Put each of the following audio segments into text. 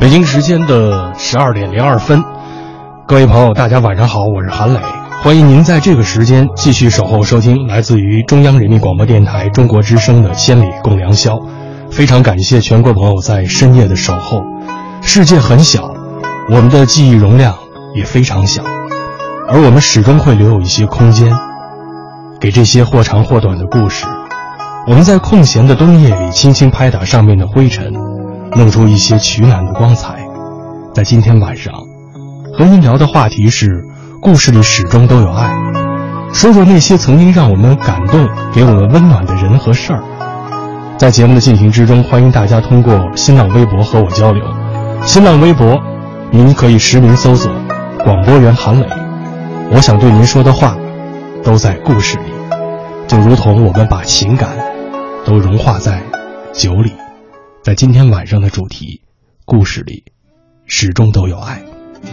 北京时间的12点02分，各位朋友大家晚上好，我是韩磊，欢迎您在这个时间继续守候收听来自于中央人民广播电台中国之声的千里共良宵。非常感谢全国朋友在深夜的守候。世界很小，我们的记忆容量也非常小，而我们始终会留有一些空间给这些或长或短的故事。我们在空闲的冬夜里轻轻拍打上面的灰尘，弄出一些取暖的光彩。在今天晚上和您聊的话题是故事里始终都有爱，说说那些曾经让我们感动给我们温暖的人和事儿。在节目的进行之中，欢迎大家通过新浪微博和我交流。新浪微博您可以实名搜索广播员韩磊，我想对您说的话都在故事里，就如同我们把情感都融化在酒里。在今天晚上的主题，故事里始终都有爱。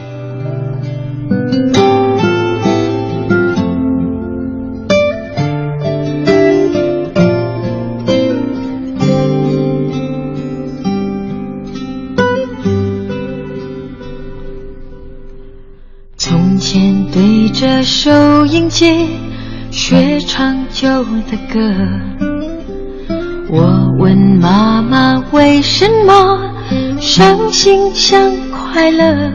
从前对着收音机学唱旧的歌，我问妈妈为什么伤心像快乐，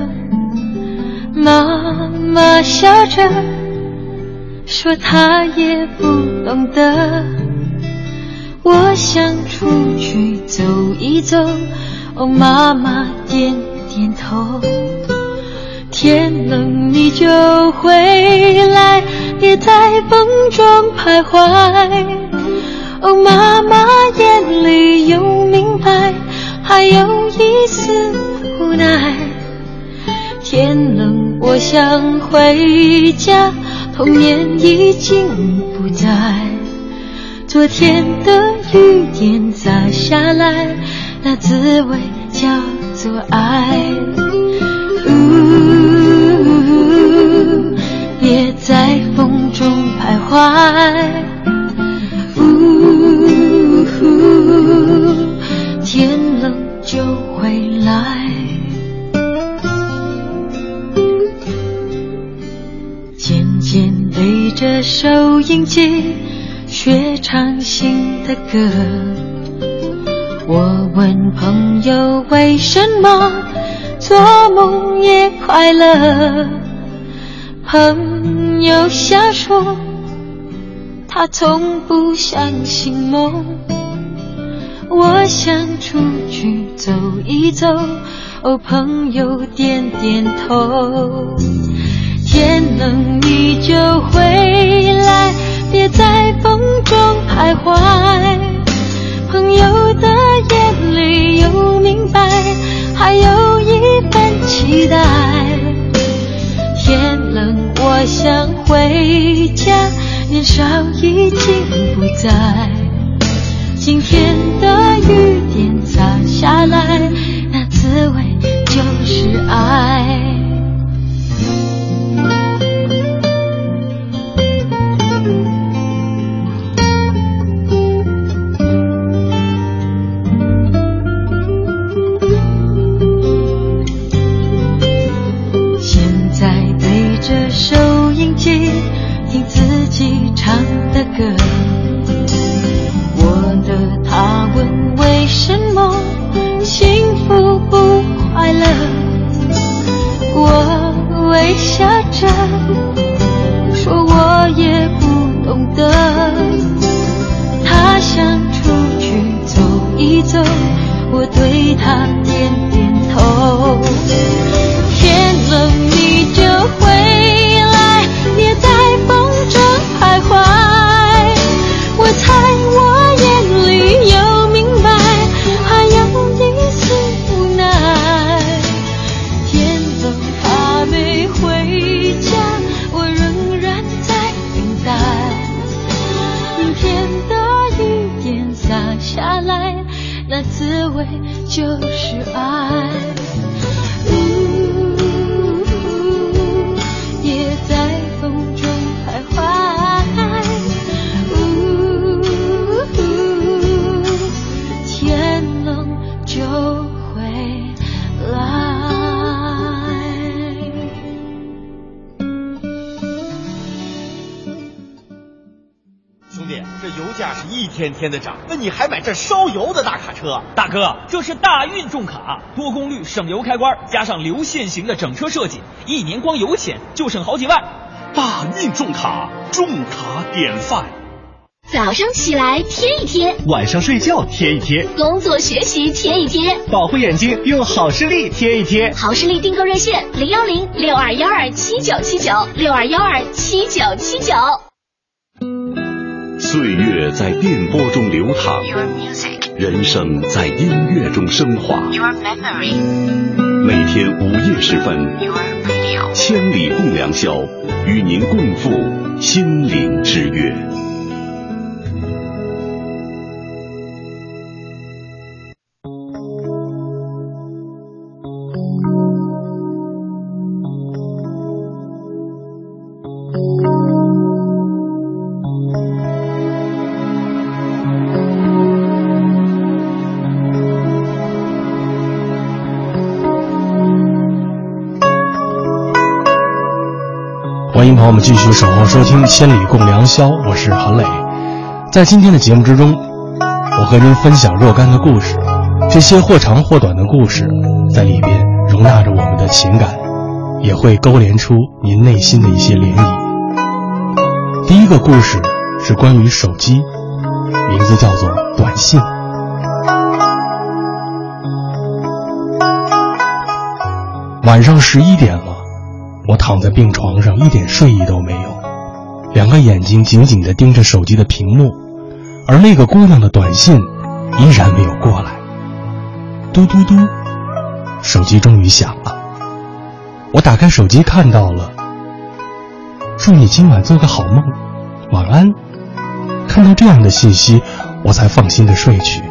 妈妈笑着说她也不懂得。我想出去走一走，哦，妈妈点点头。天冷你就回来，别在风中徘徊。哦，妈妈眼里有明白，还有一丝无奈。天冷我想回家，童年已经不在。昨天的雨点洒下来，那滋味叫做爱。别在风中徘徊。天冷就回来。渐渐对着收音机学唱新的歌，我问朋友为什么做梦也快乐。朋友笑说他从不相信梦。我想出去走一走，哦，朋友点点头。天冷你就回来，别在风中徘徊。朋友的眼里有明白，还有一份期待。天冷我想回家，年少已经不在。今天的雨点洒下来，那滋味就是爱。现在对着收音机听自己唱的歌，我的他问为什么幸福不快乐，我微笑着说我也不懂得。他想出去走一走，我对他点点头。天冷你就回来，别在风中徘徊。我猜我眼里有明白，还有一丝无奈。天冷还没回家，我仍然在等待。明天的雨点洒下来，那滋味就是爱。也在风中徘徊。天冷就回来。 天天的涨，那你还买这烧油的大卡车？ 大哥，这是大运重卡，多功率省油开关，加上流线型的整车设计，1年光油钱就省好几万。 大运重卡，重卡典范。 早上起来贴一贴， 晚上睡觉贴一贴， 工作学习贴一贴， 保护眼睛用好视力贴一贴。 好视力订购热线：010-6212-7979，621-7979。 岁月在电波中流淌，人生在音乐中升华。每天午夜时分，千里共良宵，与您共赴心灵之约。 欢迎朋友们继续守候收听千里共良宵，我是韩磊。在今天的节目之中，我和您分享若干的故事，这些或长或短的故事在里边容纳着我们的情感，也会勾连出您内心的一些涟漪。第一个故事是关于手机，名字叫做短信。晚上11点了，我躺在病床上，一点睡意都没有，两个眼睛紧紧地盯着手机的屏幕，而那个姑娘的短信依然没有过来。嘟嘟嘟，手机终于响了。我打开手机看到了，祝你今晚做个好梦，晚安。看到这样的信息，我才放心地睡去。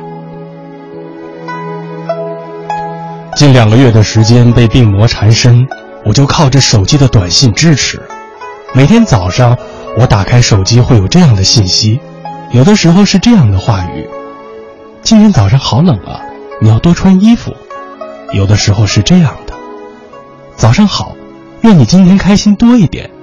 近2个月的时间被病魔缠身，我就靠着手机的短信支持。每天早上我打开手机会有这样的信息，有的时候是这样的话语：今天早上好冷啊，你要多穿衣服。有的时候是这样的：早上好，愿你今天开心多一点。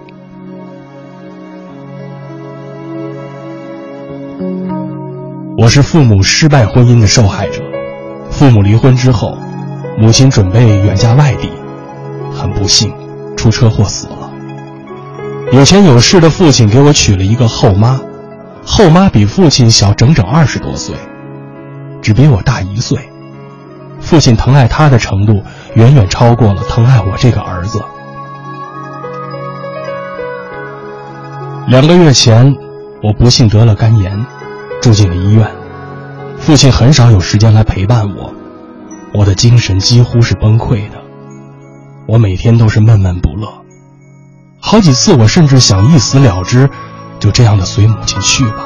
我是父母失败婚姻的受害者，父母离婚之后，母亲准备远嫁外地，很不幸出车祸死了。有钱有势的父亲给我娶了一个后妈，后妈比父亲小整整20多岁，只比我大1岁。父亲疼爱她的程度远远超过了疼爱我这个儿子。2个月前，我不幸得了肝炎，住进了医院。父亲很少有时间来陪伴我，我的精神几乎是崩溃的。我每天都是闷闷不乐，好几次我甚至想一死了之，就这样的随母亲去吧。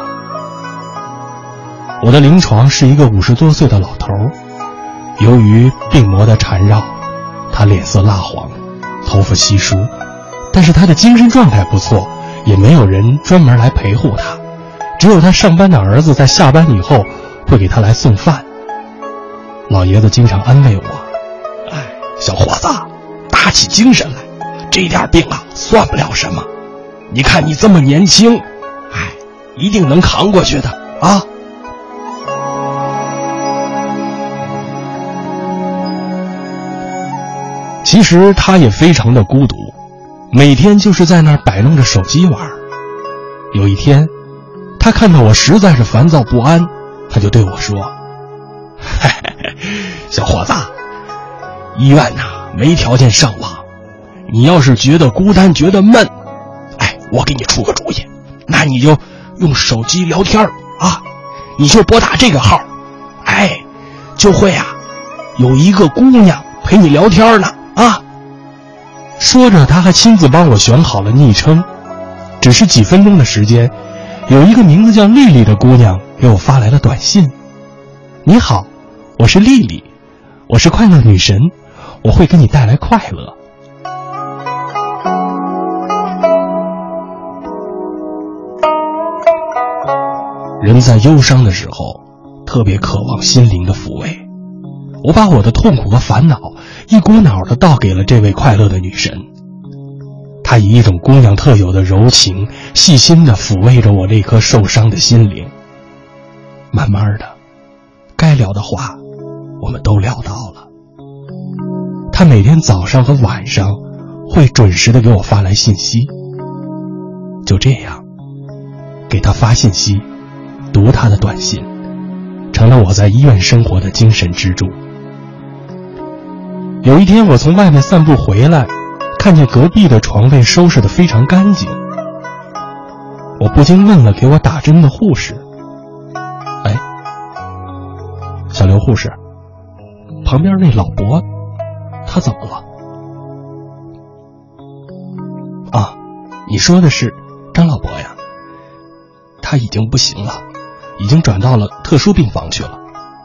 我的临床是一个50多岁的老头，由于病魔的缠绕，他脸色蜡黄，头发稀疏，但是他的精神状态不错，也没有人专门来陪护他，只有他上班的儿子在下班以后会给他来送饭。老爷子经常安慰我：哎，小伙子，打起精神来，这点病啊算不了什么，你看你这么年轻，哎，一定能扛过去的啊。其实他也非常的孤独，每天就是在那儿摆弄着手机玩。有一天，他看到我实在是烦躁不安，他就对我说：嘿嘿嘿，小伙子，医院没条件上网，你要是觉得孤单觉得闷，哎，我给你出个主意，那你就用手机聊天啊，你就拨打这个号，哎，就会有一个姑娘陪你聊天呢啊。说着他还亲自帮我选好了昵称，只是几分钟的时间，有一个名字叫丽丽的姑娘给我发来了短信：你好，我是丽丽，我是快乐女神，我会给你带来快乐。人在忧伤的时候特别渴望心灵的抚慰，我把我的痛苦和烦恼一股脑地倒给了这位快乐的女神。她以一种姑娘特有的柔情，细心地抚慰着我那颗受伤的心灵。 慢慢的，该聊的话我们都聊到了。他每天早上和晚上会准时的给我发来信息，就这样给他发信息，读他的短信，成了我在医院生活的精神支柱。有一天我从外面散步回来，看见隔壁的床被收拾得非常干净，我不禁问了给我打针的护士，哎，小刘护士，旁边那老伯他怎么了？啊，你说的是张老伯呀，他已经不行了，已经转到了特殊病房去了。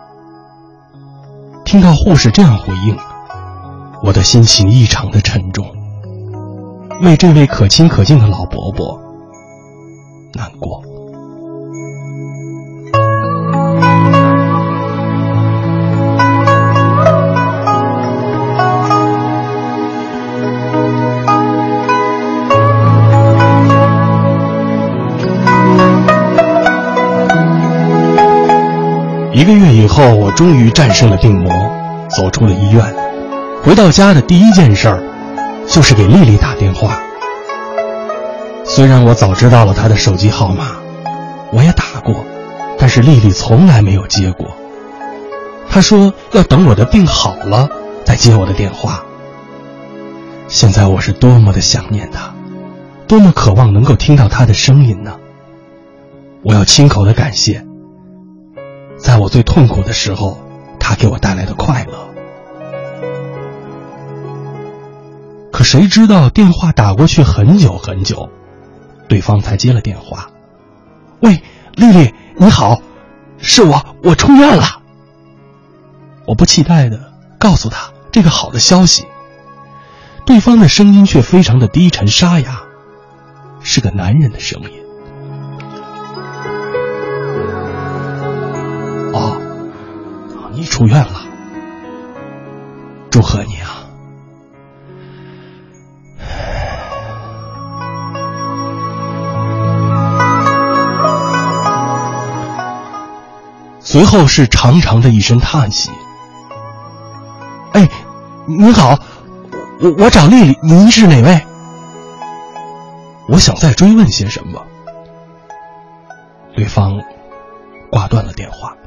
听到护士这样回应，我的心情异常的沉重，为这位可亲可敬的老伯伯难过。1个月以后，我终于战胜了病魔，走出了医院。回到家的第一件事儿就是给丽丽打电话。虽然我早知道了她的手机号码，我也打过，但是丽丽从来没有接过。她说要等我的病好了再接我的电话。现在我是多么的想念她，多么渴望能够听到她的声音呢。我要亲口的感谢在我最痛苦的时候她给我带来的快乐。可谁知道电话打过去很久很久，对方才接了电话。喂，丽丽，你好，是我出院了。我不期待的告诉她这个好的消息，对方的声音却非常的低沉沙哑，是个男人的声音。哦，你出院了，祝贺你啊。随后是长长的一声叹息。哎，您好，我找丽丽，您是哪位？我想再追问些什么，对方挂断了电话。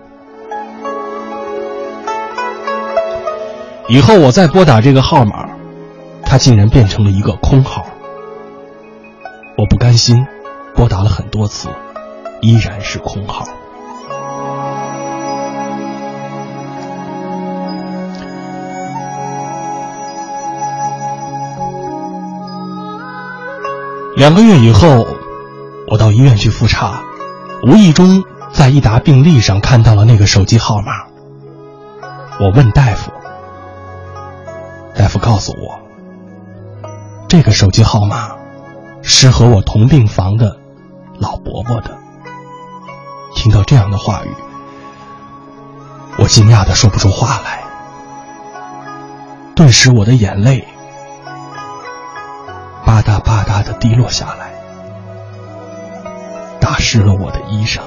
以后我再拨打这个号码，它竟然变成了一个空号。我不甘心，拨打了很多次，依然是空号。2个月以后，我到医院去复查，无意中在一沓病历上看到了那个手机号码。我问大夫，大夫告诉我，这个手机号码是和我同病房的老伯伯的。听到这样的话语，我惊讶地说不出话来，顿时我的眼泪吧嗒吧嗒地滴落下来，打湿了我的衣裳。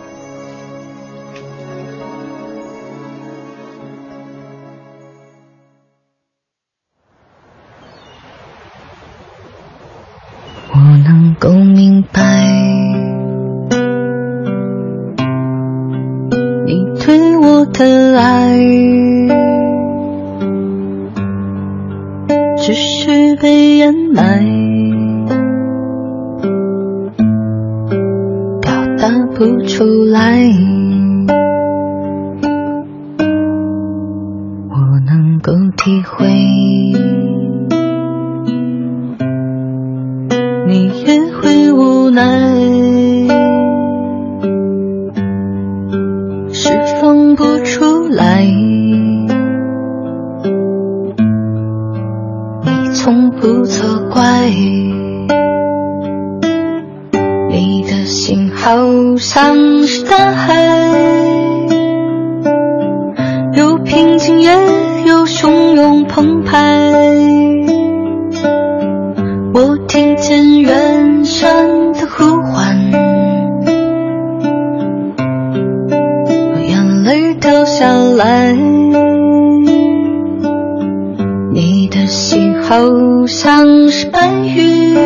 我能够明白你对我的爱，只是被掩埋，表达不出来。我能够体会你也会无奈，释放不出来。你从不责怪，你的心好像是大海，有平静也有汹涌澎湃。我听见远山的呼唤， 好像是白云，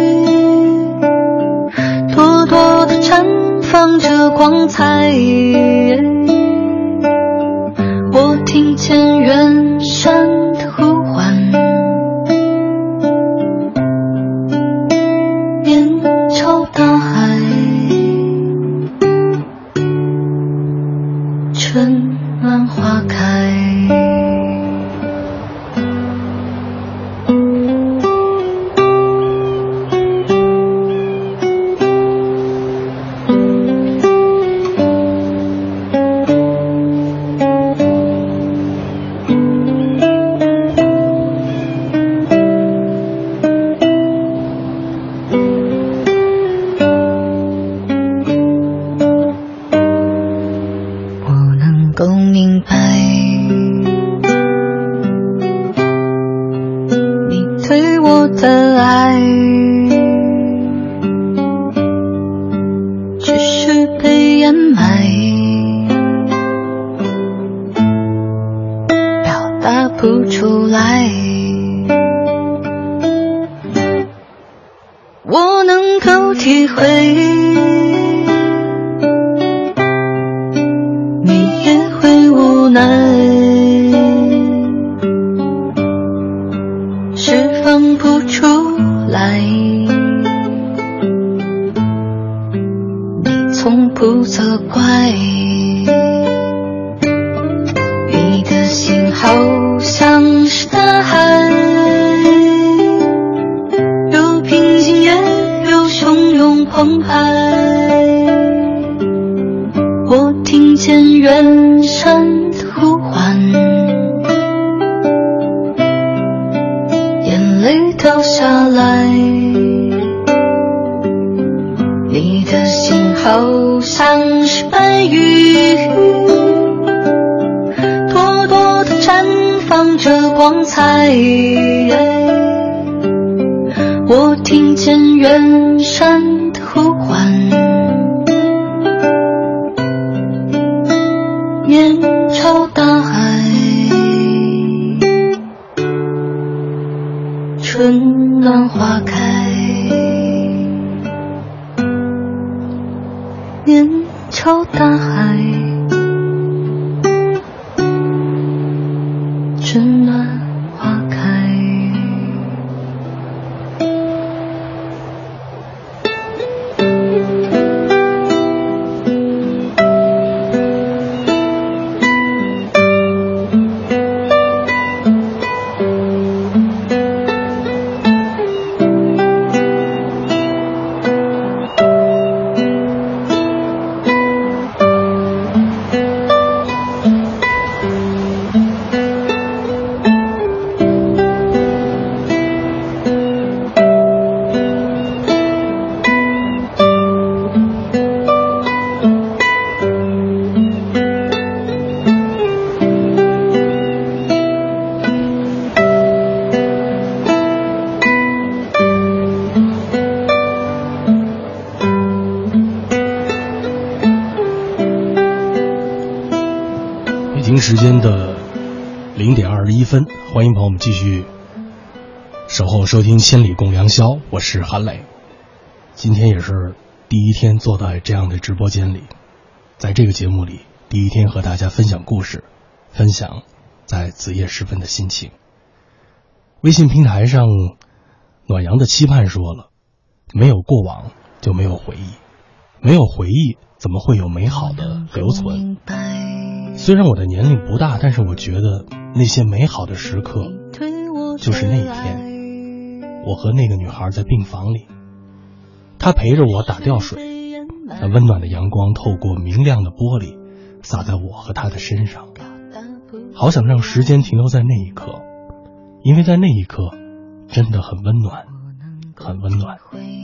朵朵的绽放着光彩。我听见远山的呼唤，面朝大海，春暖花开。 时间的0点21分，欢迎朋友们继续守候收听千里共良宵，我是韩磊。今天也是第一天坐在这样的直播间里，在这个节目里第一天和大家分享故事，分享在子夜时分的心情。微信平台上暖阳的期盼说了，没有过往就没有回忆，没有回忆怎么会有美好的留存。虽然我的年龄不大，但是我觉得那些美好的时刻就是那一天，我和那个女孩在病房里，她陪着我打吊水，那温暖的阳光透过明亮的玻璃洒在我和她的身上，好想让时间停留在那一刻，因为在那一刻真的很温暖，很温暖。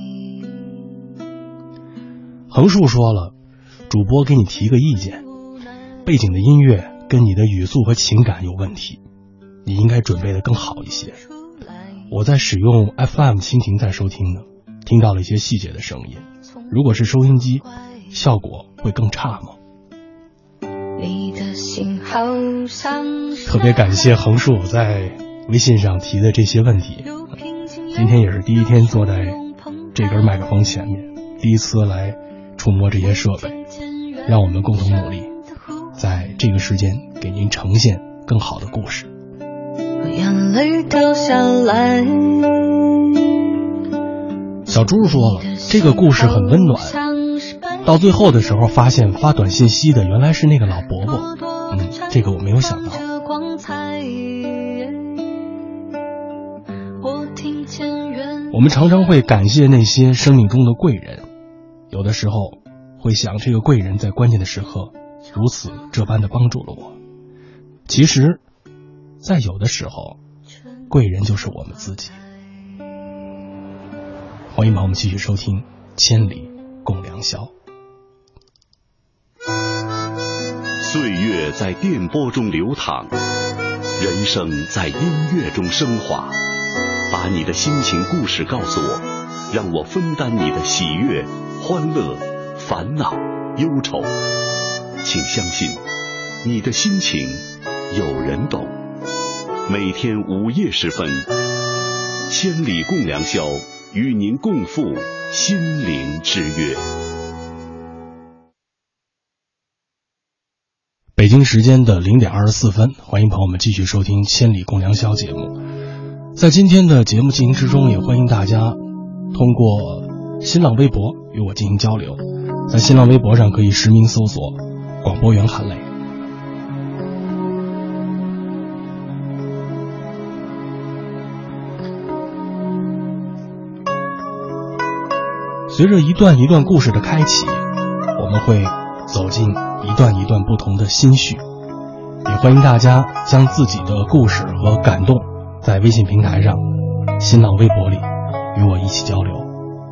横竖说了，主播给你提个意见，背景的音乐跟你的语速和情感有问题，你应该准备得更好一些。我在使用 FM 蜻蜓在收听的，听到了一些细节的声音，如果是收音机，效果会更差吗？特别感谢横竖在微信上提的这些问题，今天也是第一天坐在这根麦克风前面，第一次来触摸这些设备，让我们共同努力，在这个时间给您呈现更好的故事。 眼泪掉下来。 小猪说了，这个故事很温暖，到最后的时候发现发短信息的原来是那个老伯伯。这个我没有想到。我们常常会感谢那些生命中的贵人，有的时候会想，这个贵人在关键的时刻如此这般的帮助了我。其实在有的时候，贵人就是我们自己。欢迎把我们继续收听千里共良宵。 岁月在电波中流淌，人生在音乐中升华。把你的心情故事告诉我，让我分担你的喜悦、欢乐、烦恼、忧愁。请相信，你的心情有人懂。每天午夜时分，千里共良宵，与您共赴心灵之约。 北京时间的0点24分，欢迎朋友们继续收听千里共良宵节目。在今天的节目进行之中，也欢迎大家通过新浪微博与我进行交流。在新浪微博上可以实名搜索广播员韩磊。随着一段一段故事的开启，我们会走进一段一段不同的心绪，也欢迎大家将自己的故事和感动在微信平台上、新浪微博里与我一起交流。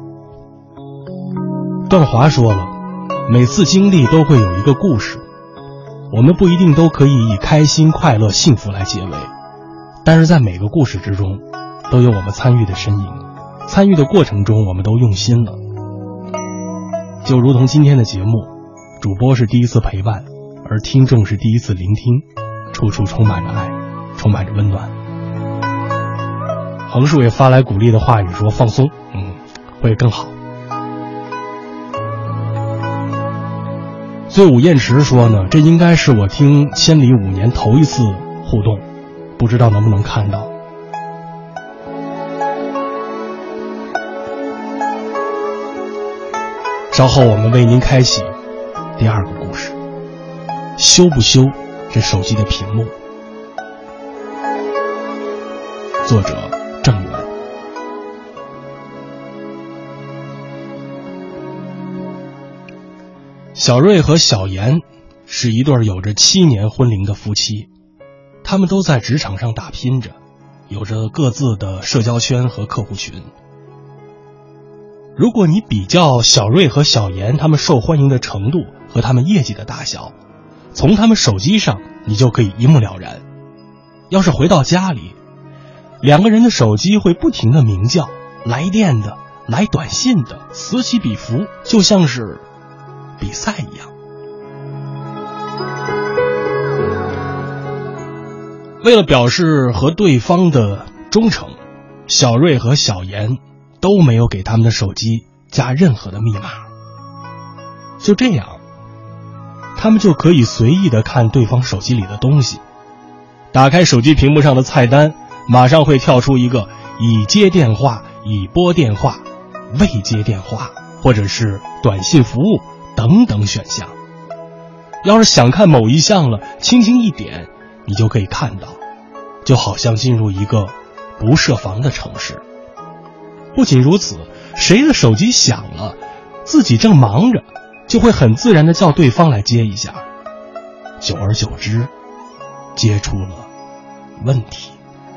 段华说了，每次经历都会有一个故事，我们不一定都可以以开心、快乐、幸福来结尾，但是在每个故事之中都有我们参与的身影，参与的过程中我们都用心了。就如同今天的节目，主播是第一次陪伴，而听众是第一次聆听，处处充满着爱，充满着温暖。横竖也发来鼓励的话语，说放松，会更好。醉舞燕池说呢，这应该是我听千里5年头一次互动，不知道能不能看到。稍后我们为您开启第二个故事，修不修这手机的屏幕。作者郑源。小瑞和小妍是一对有着7年婚龄的夫妻，他们都在职场上打拼着，有着各自的社交圈和客户群。如果你比较小瑞和小妍他们受欢迎的程度和他们业绩的大小，从他们手机上你就可以一目了然。要是回到家里，两个人的手机会不停地鸣叫，来电的、来短信的，此起彼伏，就像是比赛一样。为了表示和对方的忠诚，小瑞和小妍都没有给他们的手机加任何的密码。就这样，他们就可以随意地看对方手机里的东西。打开手机屏幕上的菜单，马上会跳出一个已接电话、已拨电话、未接电话，或者是短信服务等等选项。要是想看某一项了，轻轻一点，你就可以看到，就好像进入一个不设防的城市。不仅如此，谁的手机响了，自己正忙着，就会很自然地叫对方来接一下。久而久之，接出了问题。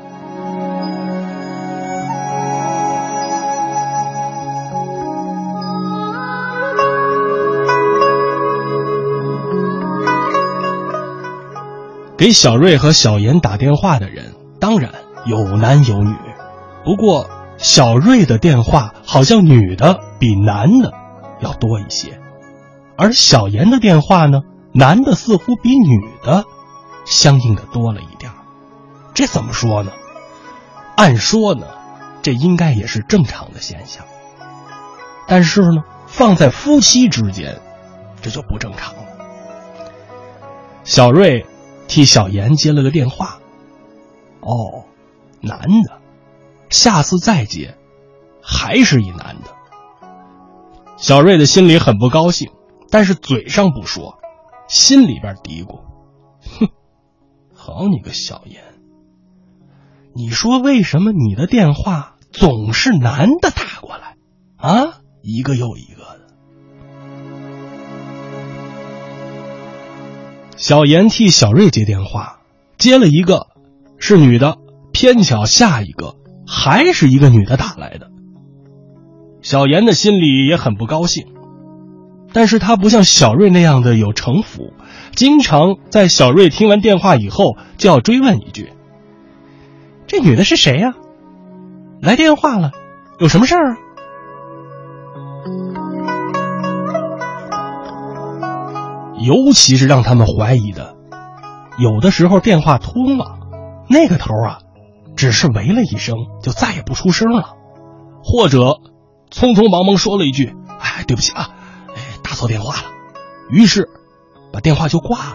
给小瑞和小妍打电话的人当然有男有女，不过小瑞的电话好像女的比男的要多一些，而小妍的电话呢，男的似乎比女的相应的多了一点。这怎么说呢？ 按说呢，这应该也是正常的现象。但是呢，放在夫妻之间，这就不正常了。小瑞替小妍接了个电话，哦，男的，下次再接还是一男的。小瑞的心里很不高兴，但是嘴上不说，心里边嘀咕，哼，好你个小妍，你说为什么你的电话总是男的打过来啊？一个又一个的。小妍替小瑞接电话，接了一个是女的，偏巧下一个还是一个女的打来的。小妍的心里也很不高兴，但是她不像小瑞那样的有城府，经常在小瑞听完电话以后就要追问一句，这女的是谁呀？来电话了，有什么事儿啊？尤其是让他们怀疑的，有的时候电话通了，那个头啊只是喂了一声就再也不出声了，或者匆匆忙忙说了一句，哎，对不起啊，打错电话了，于是把电话就挂了。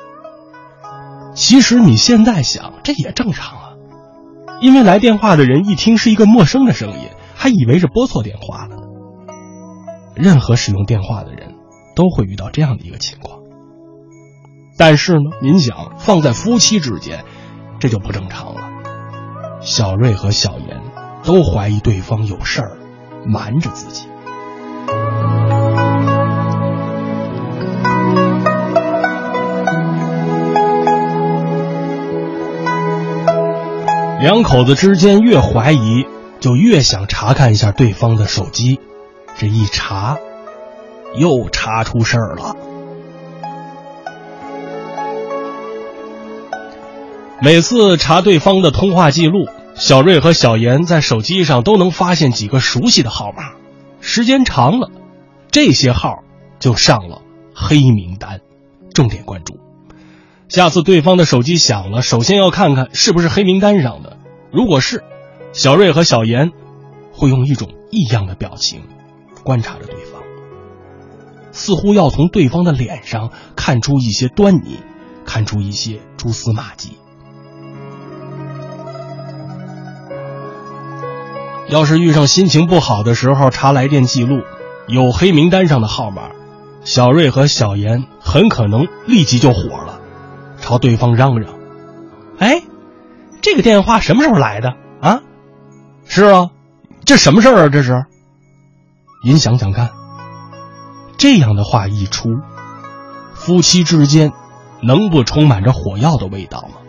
其实你现在想，这也正常啊，因为来电话的人一听是一个陌生的声音，还以为是拨错电话了呢。任何使用电话的人都会遇到这样的一个情况。但是呢，您想放在夫妻之间，这就不正常了。小瑞和小妍都怀疑对方有事儿瞒着自己。两口子之间越怀疑，就越想查看一下对方的手机，这一查又查出事儿了。每次查对方的通话记录，小瑞和小妍在手机上都能发现几个熟悉的号码，时间长了，这些号就上了黑名单，重点关注。下次对方的手机响了，首先要看看是不是黑名单上的，如果是，小瑞和小妍会用一种异样的表情观察着对方，似乎要从对方的脸上看出一些端倪，看出一些蛛丝马迹。要是遇上心情不好的时候查来电记录，有黑名单上的号码，小瑞和小妍很可能立即就火了，朝对方嚷嚷，哎，这个电话什么时候来的啊？是啊，这什么事儿啊这是？您想想看，这样的话一出，夫妻之间能不充满着火药的味道吗？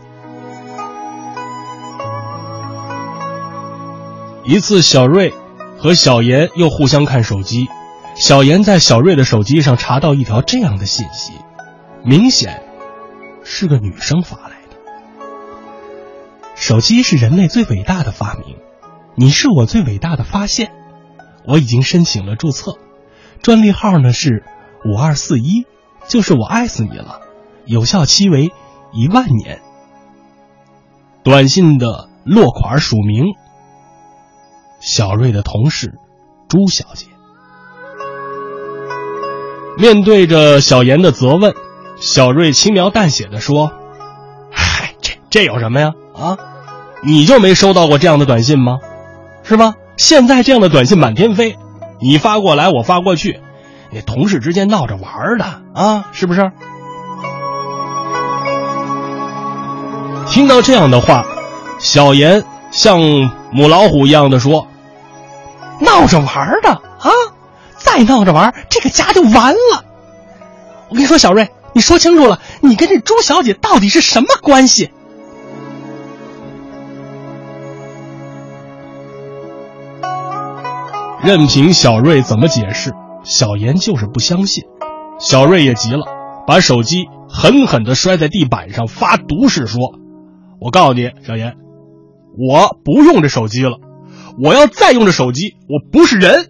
一次小瑞和小妍又互相看手机，小妍在小瑞的手机上查到一条这样的信息，明显是个女生发来的。手机是人类最伟大的发明，你是我最伟大的发现，我已经申请了注册，专利号呢是5241，就是我爱死你了，有效期为10000年。短信的落款署名小瑞的同事朱小姐。面对着小妍的责问，小瑞轻描淡写地说，嗨，这有什么呀？啊，你就没收到过这样的短信吗？是吧？现在这样的短信满天飞，你发过来我发过去，那同事之间闹着玩的啊，是不是？听到这样的话，小妍像母老虎一样的说，闹着玩的啊，再闹着玩，这个家就完了。我跟你说，小瑞，你说清楚了，你跟这朱小姐到底是什么关系？任凭小瑞怎么解释，小妍就是不相信。小瑞也急了，把手机狠狠地摔在地板上，发毒誓说，我告诉你，小妍，我不用这手机了，我要再用这手机，我不是人。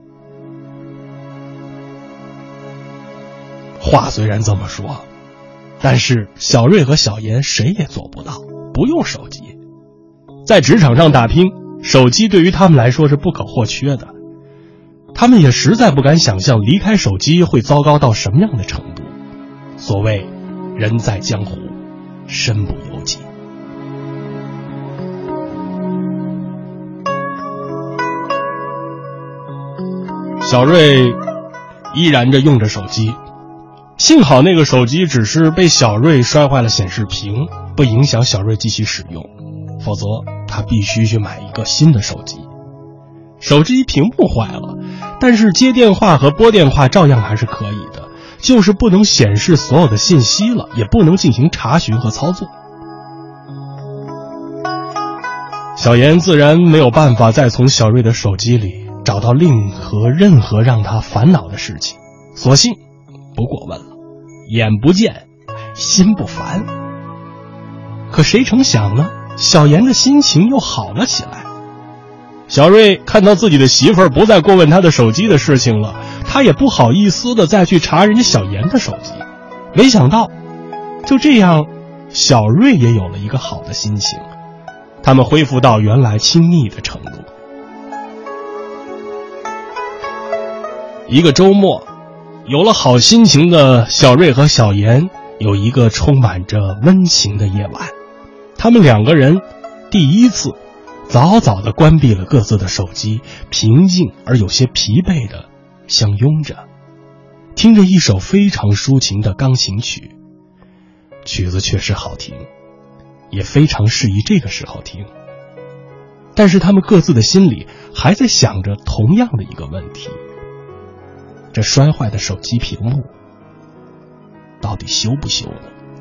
话虽然这么说，但是小瑞和小妍谁也做不到不用手机。 在职场上打拼，手机对于他们来说是不可或缺的。他们也实在不敢想象离开手机会糟糕到什么样的程度。所谓人在江湖，身不由己。小瑞依然着用着手机，幸好那个手机只是被小瑞摔坏了显示屏，不影响小瑞继续使用，否则他必须去买一个新的手机。手机屏幕坏了，但是接电话和拨电话照样还是可以的，就是不能显示所有的信息了，也不能进行查询和操作。小妍自然没有办法再从小瑞的手机里找到任何让他烦恼的事情，索性不过问了，眼不见心不烦。可谁成想呢，小妍的心情又好了起来。小瑞看到自己的媳妇儿不再过问他的手机的事情了，他也不好意思的再去查人家小妍的手机。没想到就这样，小瑞也有了一个好的心情，他们恢复到原来亲密的程度。一个周末，有了好心情的小瑞和小妍有一个充满着温情的夜晚。他们两个人第一次早早地关闭了各自的手机，平静而有些疲惫地相拥着，听着一首非常抒情的钢琴曲。曲子确实好听，也非常适宜这个时候听。但是他们各自的心里还在想着同样的一个问题，这摔坏的手机屏幕到底修不修呢？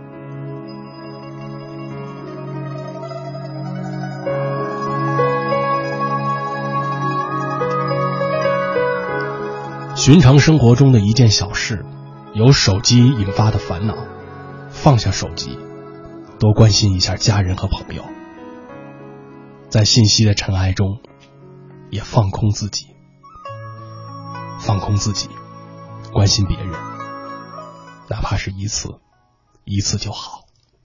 寻常生活中的一件小事，由手机引发的烦恼，放下手机，多关心一下家人和朋友，在信息的尘埃中也放空自己，关心别人，哪怕是一次就好。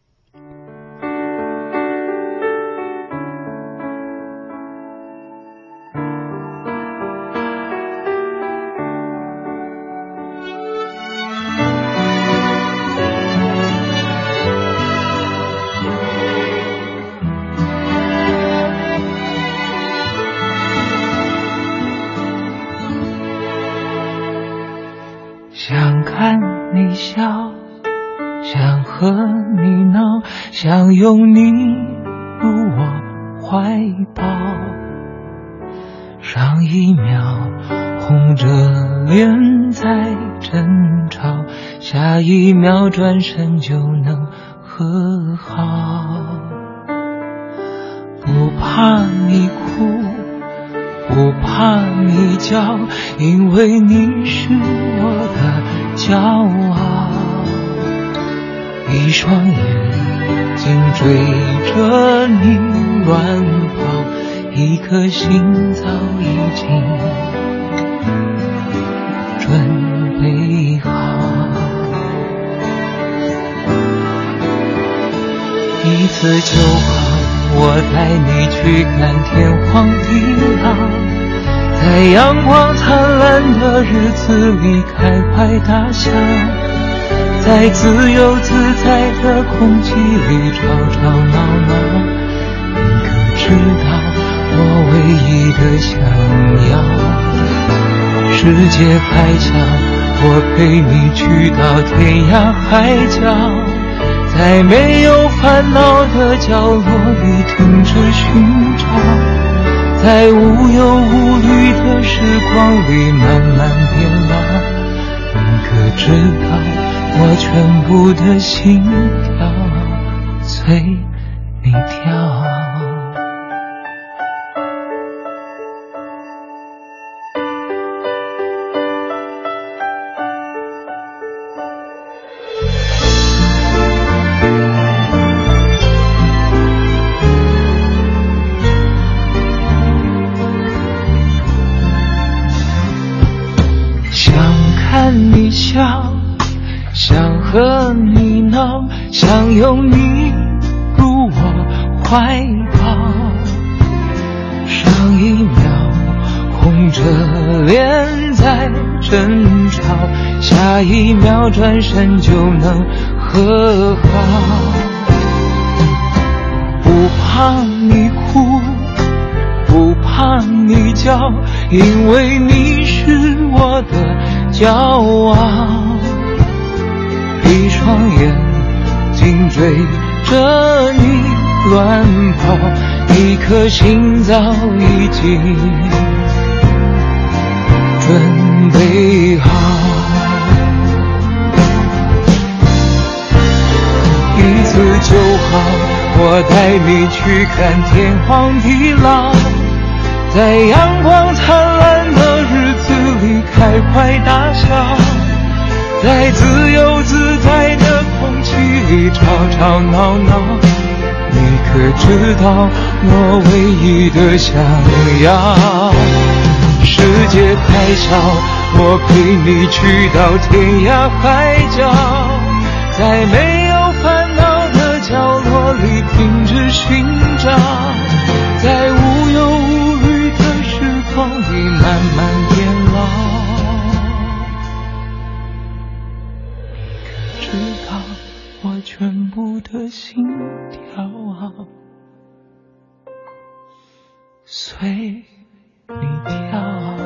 想看你笑，想和你闹，想拥你入我怀抱。上一秒红着脸在争吵，下一秒转身就能和好。不怕你哭，不怕你叫，因为你是我的骄傲。一双眼睛追着你乱跑，一颗心早已经准备好。一次就好，我带你去看天荒地老，在阳光灿烂的日子里开怀大笑，在自由自在的空气里吵吵闹闹。你可知道我唯一的想要，世界还小，我陪你去到天涯海角，在没有烦恼的角落里停止寻找，在无忧无虑的时光里慢慢变老。你可知道我全部的心跳随你跳。你笑，想和你闹，想拥你入我怀抱。 身就能和好。不怕你哭，不怕你叫，因为你是我的骄傲。一双眼睛追着你乱跑，一颗心早已经准备好。一次就好，我带你去看天荒地老，在阳光灿烂的日子里开怀大笑，在自由自在的空气里吵吵闹闹。你可知道我唯一的想要？世界太小，我陪你去到天涯海角，在没有烦恼的角落里停止寻找，在无忧无虑的时光里慢慢变老。你可知道我全部的心跳随你跳。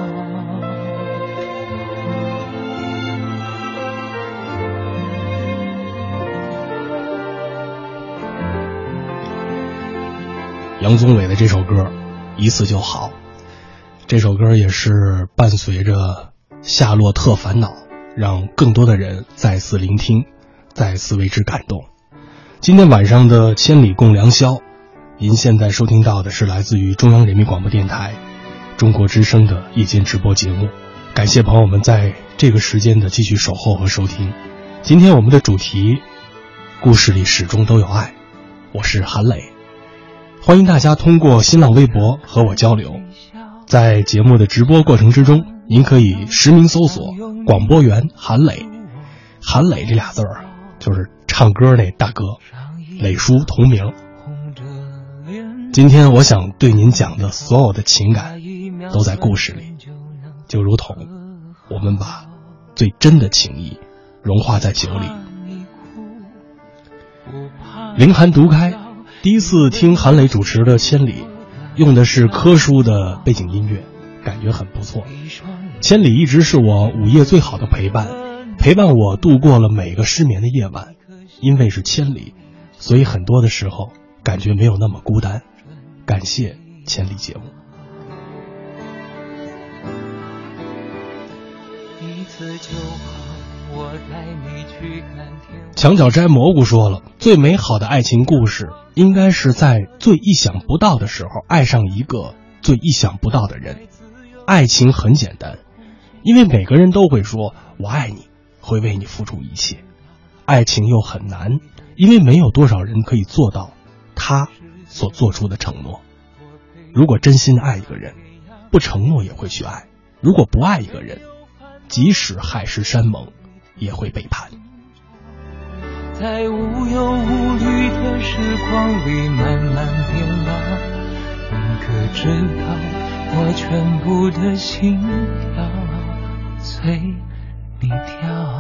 杨宗纬的这首歌一次就好，这首歌也是伴随着夏洛特烦恼，让更多的人再次聆听，再次为之感动。今天晚上的千里共良宵，您现在收听到的是来自于中央人民广播电台中国之声的夜间直播节目，感谢朋友们在这个时间的继续守候和收听。今天我们的主题，故事里始终都有爱，我是韩磊。欢迎大家通过新浪微博和我交流，在节目的直播过程之中，您可以实名搜索广播员韩磊，韩磊这俩字儿就是唱歌那大哥，磊叔同名。今天我想对您讲的所有的情感都在故事里，就如同我们把最真的情谊融化在酒里。凌寒独开，第一次听韩磊主持的《千里》，用的是柯叔的背景音乐，感觉很不错。千里一直是我午夜最好的陪伴，陪伴我度过了每个失眠的夜晚。因为是千里，所以很多的时候感觉没有那么孤单。感谢千里节目。墙角摘蘑菇说了，最美好的爱情故事应该是在最意想不到的时候爱上一个最意想不到的人。爱情很简单，因为每个人都会说我爱你，会为你付出一切。爱情又很难，因为没有多少人可以做到他所做出的承诺。如果真心爱一个人，不承诺也会去爱；如果不爱一个人，即使海誓山盟也会背叛。 在无忧无虑的时光里慢慢变老，你可知道我全部的心跳随你跳。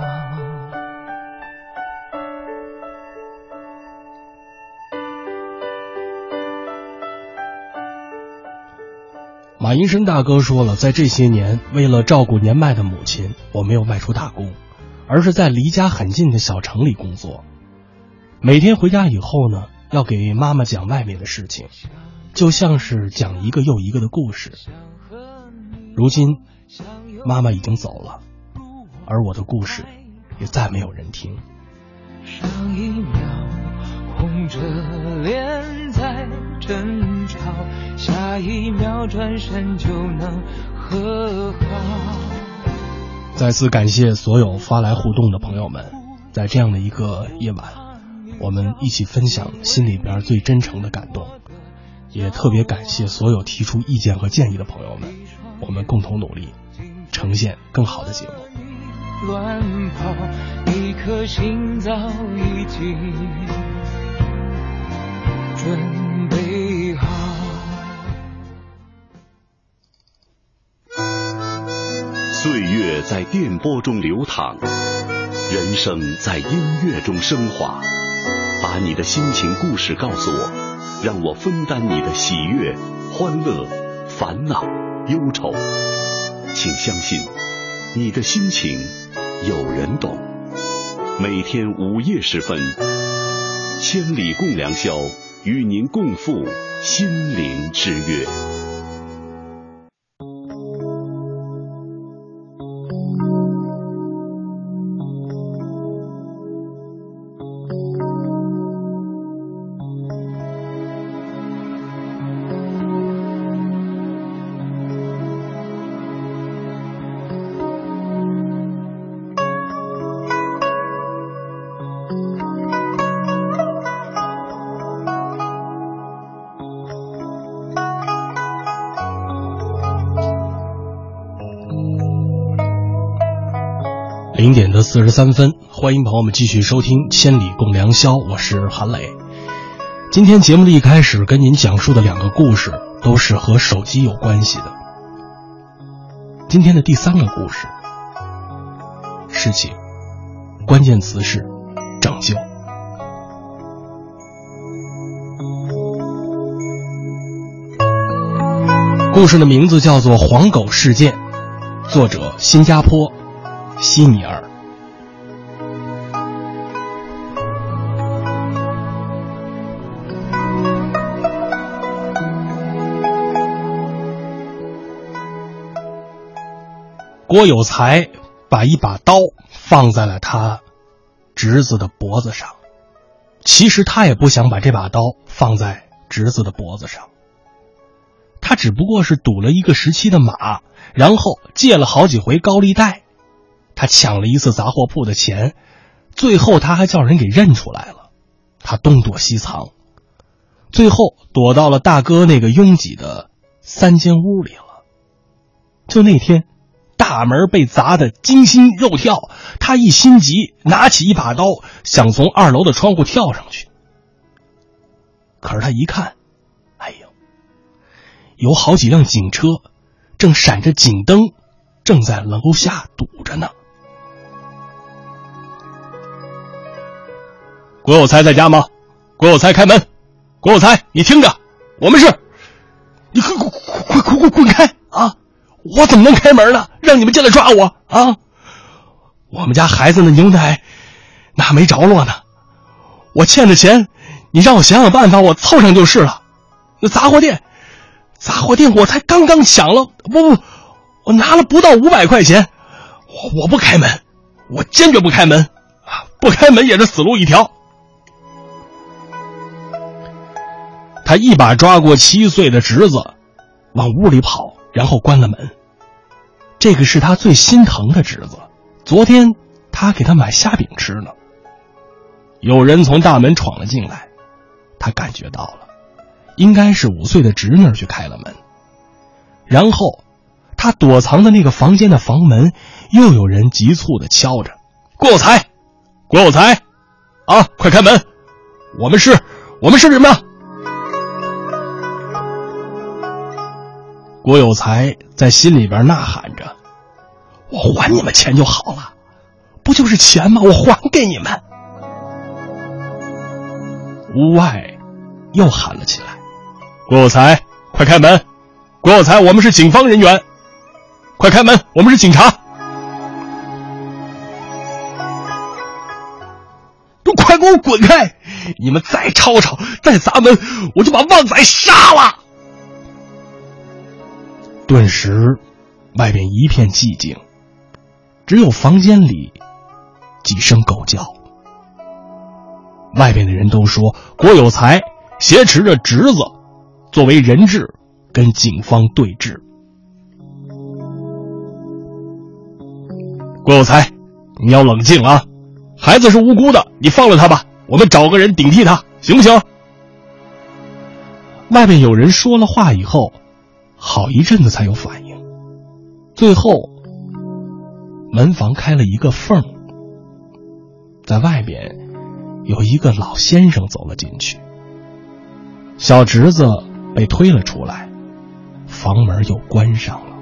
马银生大哥说了，在这些年为了照顾年迈的母亲，我没有外出打工，而是在离家很近的小城里工作。每天回家以后呢，要给妈妈讲外面的事情，就像是讲一个又一个的故事。如今妈妈已经走了，而我的故事也再没有人听。 上一秒红着脸在争吵，下一秒转身就能和好。 再次感谢所有发来互动的朋友们，在这样的一个夜晚，我们一起分享心里边最真诚的感动。也特别感谢所有提出意见和建议的朋友们，我们共同努力呈现更好的节目。 乱跑，一颗心早已经准备好。 岁月在电波中流淌， 人生在音乐中升华，把你的心情故事告诉我，让我分担你的喜悦、欢乐、烦恼、忧愁。请相信，你的心情有人懂。每天午夜时分，千里共良宵，与您共赴心灵之约。 0点的43分，欢迎朋友们继续收听千里共良宵，我是韩磊。今天节目的一开始跟您讲述的2个故事都是和手机有关系的。今天的第3个故事，事情关键词是拯救。故事的名字叫做黄狗事件，作者新加坡希尼尔。郭有才把一把刀放在了他侄子的脖子上，其实他也不想把这把刀放在侄子的脖子上，他只不过是赌了一个时期的马，然后借了好几回高利贷，他抢了一次杂货铺的钱，最后他还叫人给认出来了，他东躲西藏，最后躲到了大哥那个拥挤的3间屋里了。就那天大门被砸得惊心肉跳，他一心急拿起一把刀想从2楼的窗户跳上去，可是他一看，哎呦，有好几辆警车正闪着警灯，正在楼下堵着呢。郭有才在家吗？郭有才开门！郭有才，你听着，我们是……你快滚开啊！我怎么能开门呢？让你们进来抓我啊！我们家孩子的牛奶哪没着落呢？我欠的钱，你让我想想办法，我凑上就是了。那杂货店我才刚抢了，我拿了不到500块钱，我不开门，我坚决不开门，不开门也是死路一条。他一把抓过7岁的侄子，往屋里跑，然后关了门。这个是他最心疼的侄子，昨天他给他买虾饼吃呢。有人从大门闯了进来，他感觉到了，应该是5岁的侄女去开了门。然后他躲藏的那个房间的房门又有人急促地敲着。郭有才啊，快开门，我们是什么？郭有才在心里边呐喊着，我还你们钱就好了，不就是钱吗？我还给你们。屋外又喊了起来，郭有才，快开门！郭有才，我们是警方人员，快开门，我们是警察。都快给我滚开！你们再吵吵，再砸门，我就把旺仔杀了。顿时外边一片寂静，只有房间里几声狗叫。外边的人都说郭有才挟持着侄子作为人质跟警方对峙。郭有才，你要冷静啊，孩子是无辜的，你放了他吧，我们找个人顶替他，行不行？外边有人说了话以后，好一阵子才有反应，最后门房开了一个缝，在外边有一个老先生走了进去，小侄子被推了出来，房门又关上了。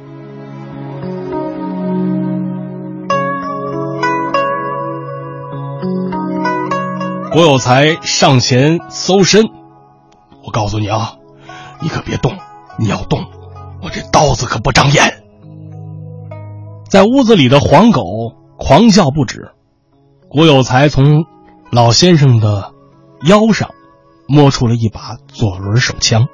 郭有才上前搜身，我告诉你啊，你可别动，你要动，我这刀子可不长眼。在屋子里的黄狗狂叫不止，郭有才从老先生的腰上摸出了一把左轮手枪。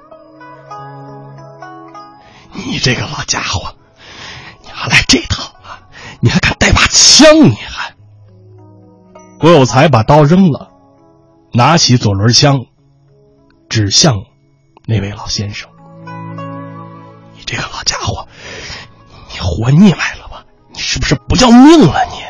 你这个老家伙，你还来这套啊？你还敢带把枪？你还？郭有才把刀扔了，拿起左轮枪，指向那位老先生。你这个老家伙，你活腻歪了吧？你是不是不要命了你？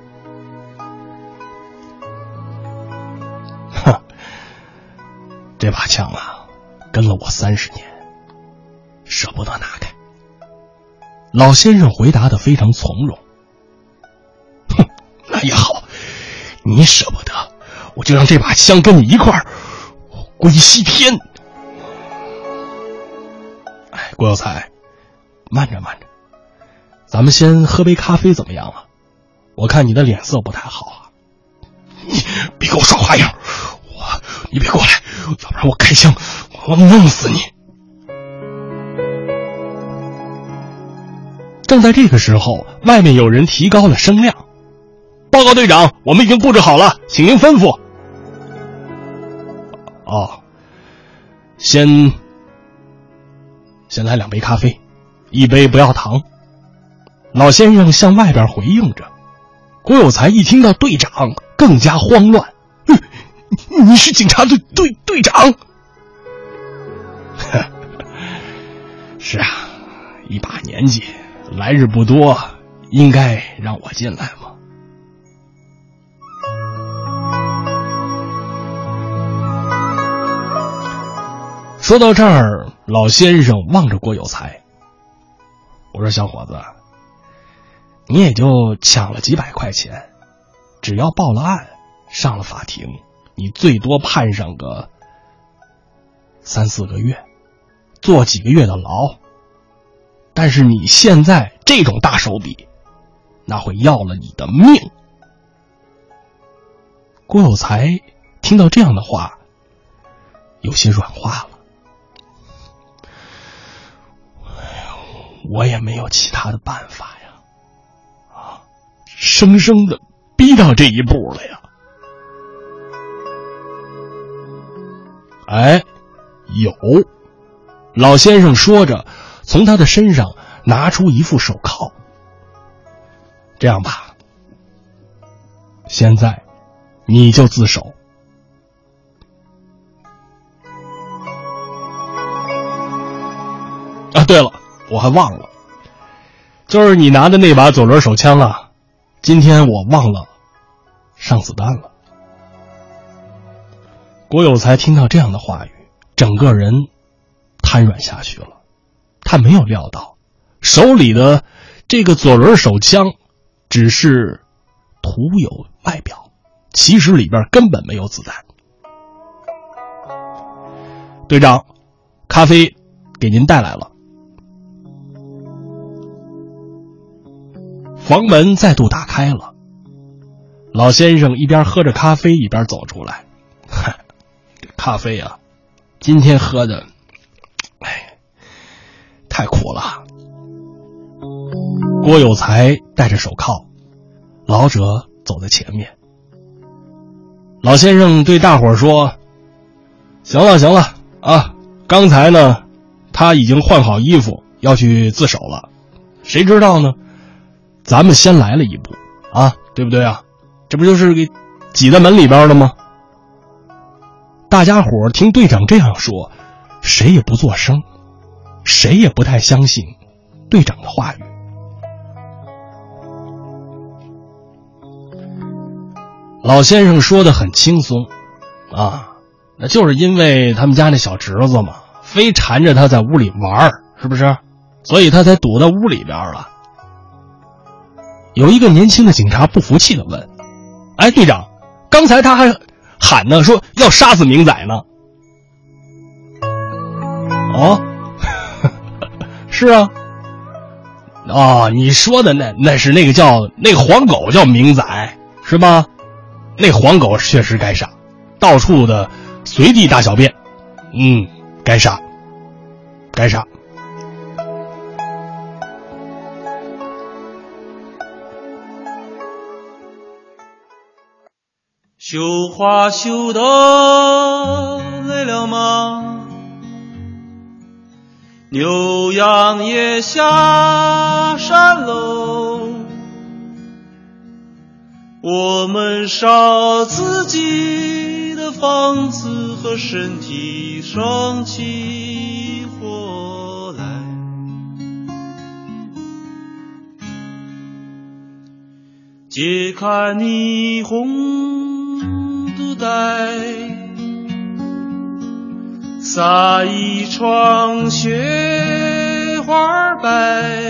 哼，这把枪啊，跟了我30年，舍不得拿开。老先生回答得非常从容。哼，那也好，你舍不得，我就让这把枪跟你一块儿归西天。哎，郭有才，慢着慢着，咱们先喝杯咖啡怎么样啊？我看你的脸色不太好啊。你别给我耍花样，你别过来，要不然我开枪，我弄死你。正在这个时候，外面有人提高了声量。报告队长，我们已经布置好了，请您吩咐。哦，先来2杯咖啡，1杯不要糖。老先生向外边回应着。郭有才一听到队长，更加慌乱。你是警察队长？是啊，一把年纪，来日不多，应该让我进来吗？说到这儿，老先生望着郭有才，我说小伙子，你也就抢了几百块钱，只要报了案，上了法庭，你最多判上个3、4个月，坐几个月的牢。但是你现在这种大手笔，那会要了你的命。郭有才听到这样的话，有些软化了。我也没有其他的办法呀，生生的逼到这一步了呀。哎，有。老先生说着，从他的身上拿出一副手铐。这样吧，现在你就自首。啊，对了，我还忘了，就是你拿的那把左轮手枪啊，今天我忘了上子弹了。郭有才听到这样的话语，整个人瘫软下去了。他没有料到，手里的这个左轮手枪只是徒有外表，其实里边根本没有子弹。队长，咖啡给您带来了。房门再度打开了，老先生一边喝着咖啡一边走出来。这咖啡啊，今天喝的太苦了。郭有才戴着手铐，老者走在前面。老先生对大伙说，行了啊，刚才呢他已经换好衣服要去自首了，谁知道呢咱们先来了一步啊，对不对啊？这不就是给挤在门里边了吗？大家伙听队长这样说，谁也不作声，谁也不太相信队长的话语。老先生说得很轻松啊，那就是因为他们家那小侄子嘛，非缠着他在屋里玩，是不是？所以他才堵在屋里边了。有一个年轻的警察不服气地问，哎，队长，刚才他还喊呢，说要杀死明仔呢。哦，是啊。哦，你说的那是那个黄狗叫明仔，是吧？那黄狗确实该杀到处的随地大小便，该杀，该杀。 绣花绣得累了吗？牛羊也下山喽，我们烧自己的房子和身体，生起火来。解开霓虹肚带，撒一床雪花白，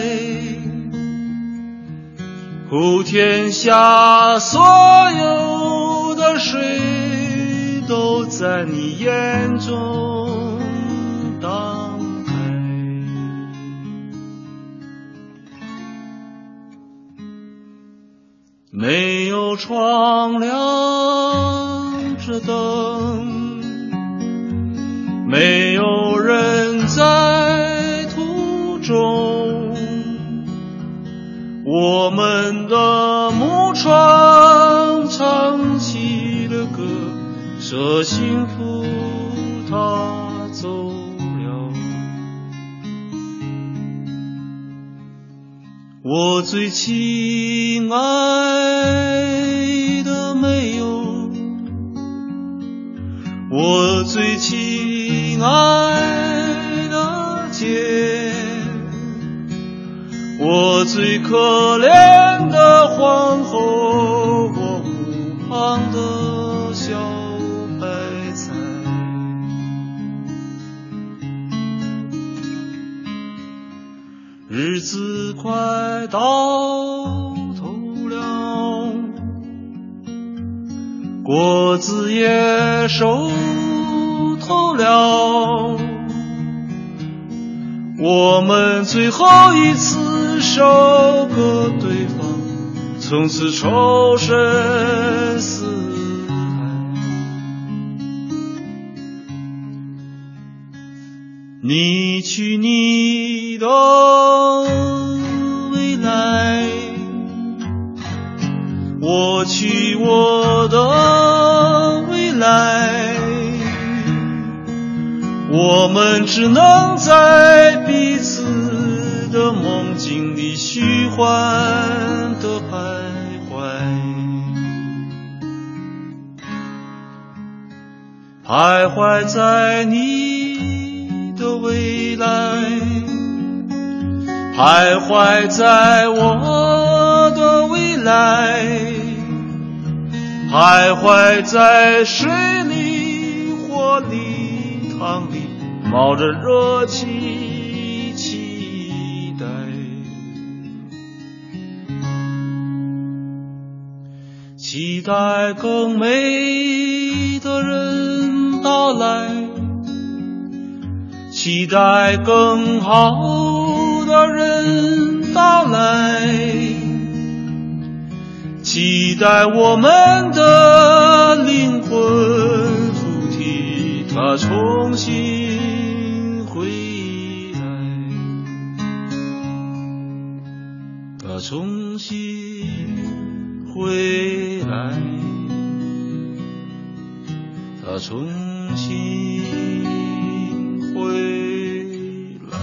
普天下所有的水都在你眼中荡开。没有窗亮着灯，没有人在途中，我们的木窗唱起了歌，说幸福它走了。我最亲爱的没有，我最亲爱的姐，我最可怜的皇后，我湖旁的小白菜。日子快到头了，果子也熟透了，我们最后一次收割对方，从此仇深似海。你去你的未来，我去我的未来，我们只能在彼此的梦境里虚幻的徘徊，徘徊在你的未来，徘徊在我的未来，徘徊在水里火里汤里，冒着热气期待。期待更美的人到来，期待更好的人到来，期待我们的灵魂附体，它重新回来，它重新回来，它重新回来。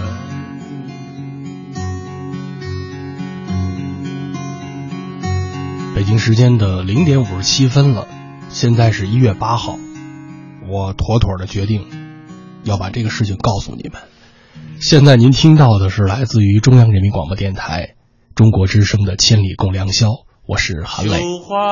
北京时间的0点57分了，现在是1月8号，我妥妥的决定要把这个事情告诉你们。现在您听到的是来自于中央人民广播电台中国之声的千里共良宵，我是韩磊。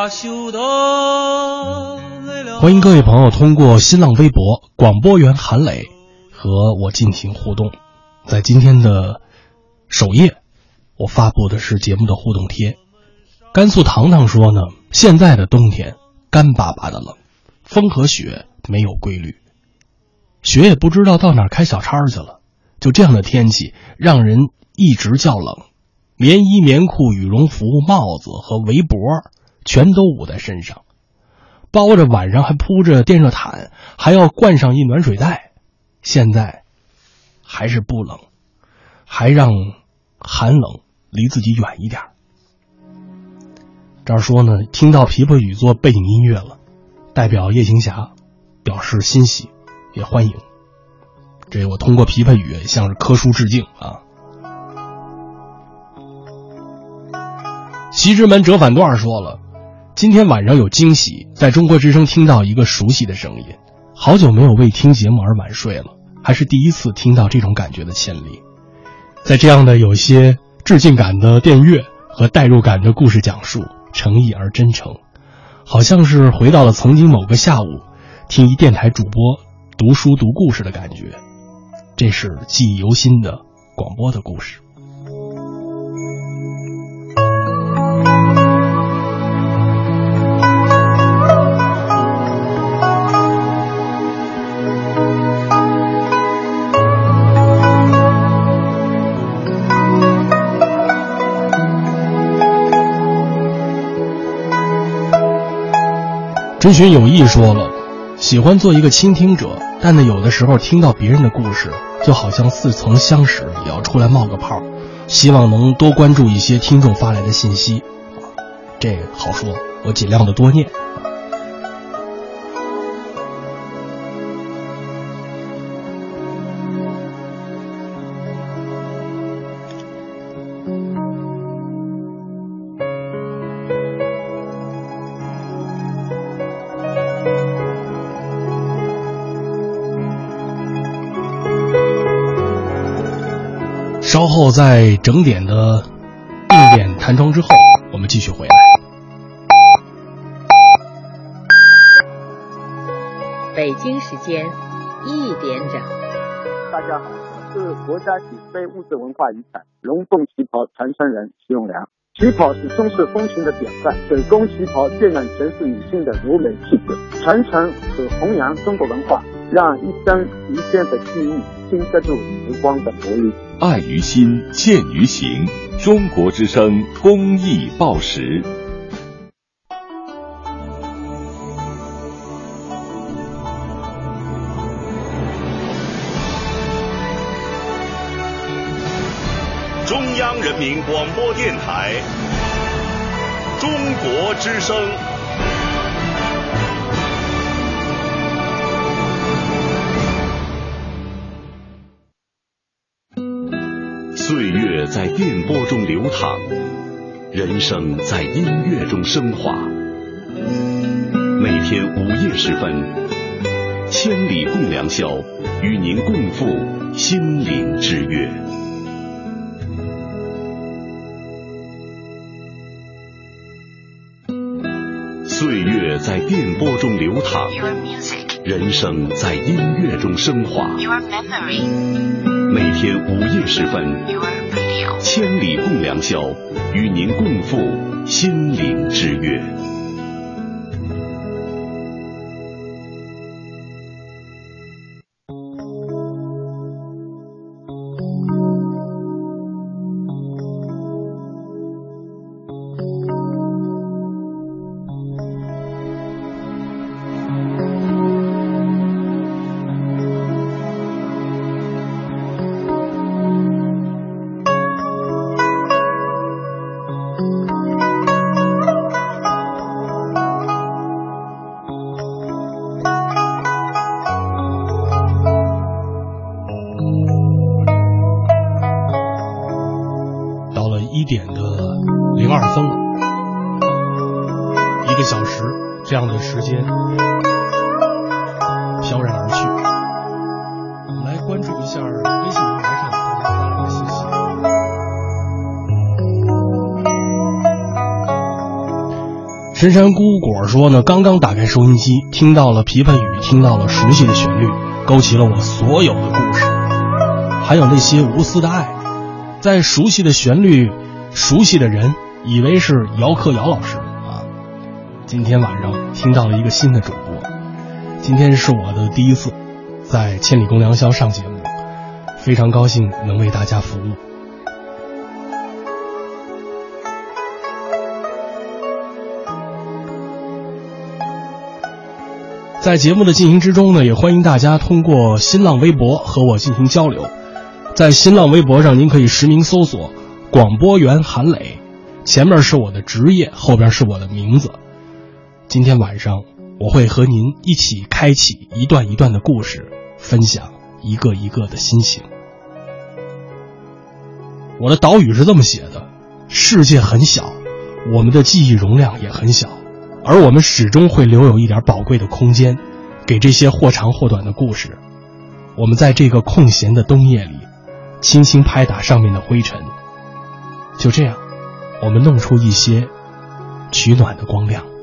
欢迎各位朋友通过新浪微博广播员韩磊和我进行互动。在今天的首页，我发布的是节目的互动贴。甘肃糖糖说呢，现在的冬天干巴巴的冷，风和雪没有规律，雪也不知道到哪儿开小差去了。就这样的天气让人一直叫冷，棉衣棉裤羽绒服帽子和围脖全都捂在身上。 包着晚上还铺着电热毯，还要灌上一暖水袋，现在还是不冷，还让寒冷离自己远一点。这儿说呢，听到琵琶语做背景音乐了，代表夜行侠表示欣喜，也欢迎。这我通过琵琶语向着柯叔致敬啊。西直门折返段说了，今天晚上有惊喜，在中国之声听到一个熟悉的声音，好久没有为听节目而晚睡了，还是第一次听到这种感觉的千里。在这样的有些致敬感的电乐和代入感的故事讲述，诚意而真诚，好像是回到了曾经某个下午听一电台主播读书读故事的感觉。这是记忆犹新的广播的故事。追寻有意说了，喜欢做一个倾听者，但呢有的时候听到别人的故事，就好像似曾相识，也要出来冒个泡，希望能多关注一些听众发来的信息。这个好说，我尽量的多念。稍后在整点的定点弹窗之后，我们继续回来。 北京时间1点整。 大家好，我是国家级非物质文化遗产龙凤旗袍传承人徐永良。旗袍是中式风情的典范，水宫旗袍渲染全是女性的柔美气质，传承和弘扬中国文化，让一生一世的记忆经得住时光的磨砺。 爱于心，见于行。中国之声公益报时。中央人民广播电台中国之声。岁月在电波中流淌，人生在音乐中升华。每天午夜时分，千里共良宵，与您共赴心灵之约。岁月在电波中流淌，人生在音乐中升华。每天午夜时分，千里共良宵，与您共赴心灵之约。 1点的02分了，1个小时这样的时间飘然而去。我们来关注一下微信平台上大家发来的信息。深山姑果说呢，刚刚打开收音机，听到了琵琶语，听到了熟悉的旋律，勾起了我所有的故事，还有那些无私的爱。在熟悉的旋律，熟悉的人，以为是姚克尧老师啊。今天晚上听到了一个新的主播，今天是我的第一次在千里共良宵上节目，非常高兴能为大家服务。 在节目的进行之中呢，也欢迎大家通过新浪微博和我进行交流。在新浪微博上您可以实名搜索广播员韩磊，前面是我的职业，后边是我的名字。今天晚上我会和您一起开启一段一段的故事，分享一个一个的心情。我的岛屿是这么写的：世界很小，我们的记忆容量也很小，而我们始终会留有一点宝贵的空间，给这些或长或短的故事。我们在这个空闲的冬夜里，轻轻拍打上面的灰尘，就这样，我们弄出一些取暖的光亮。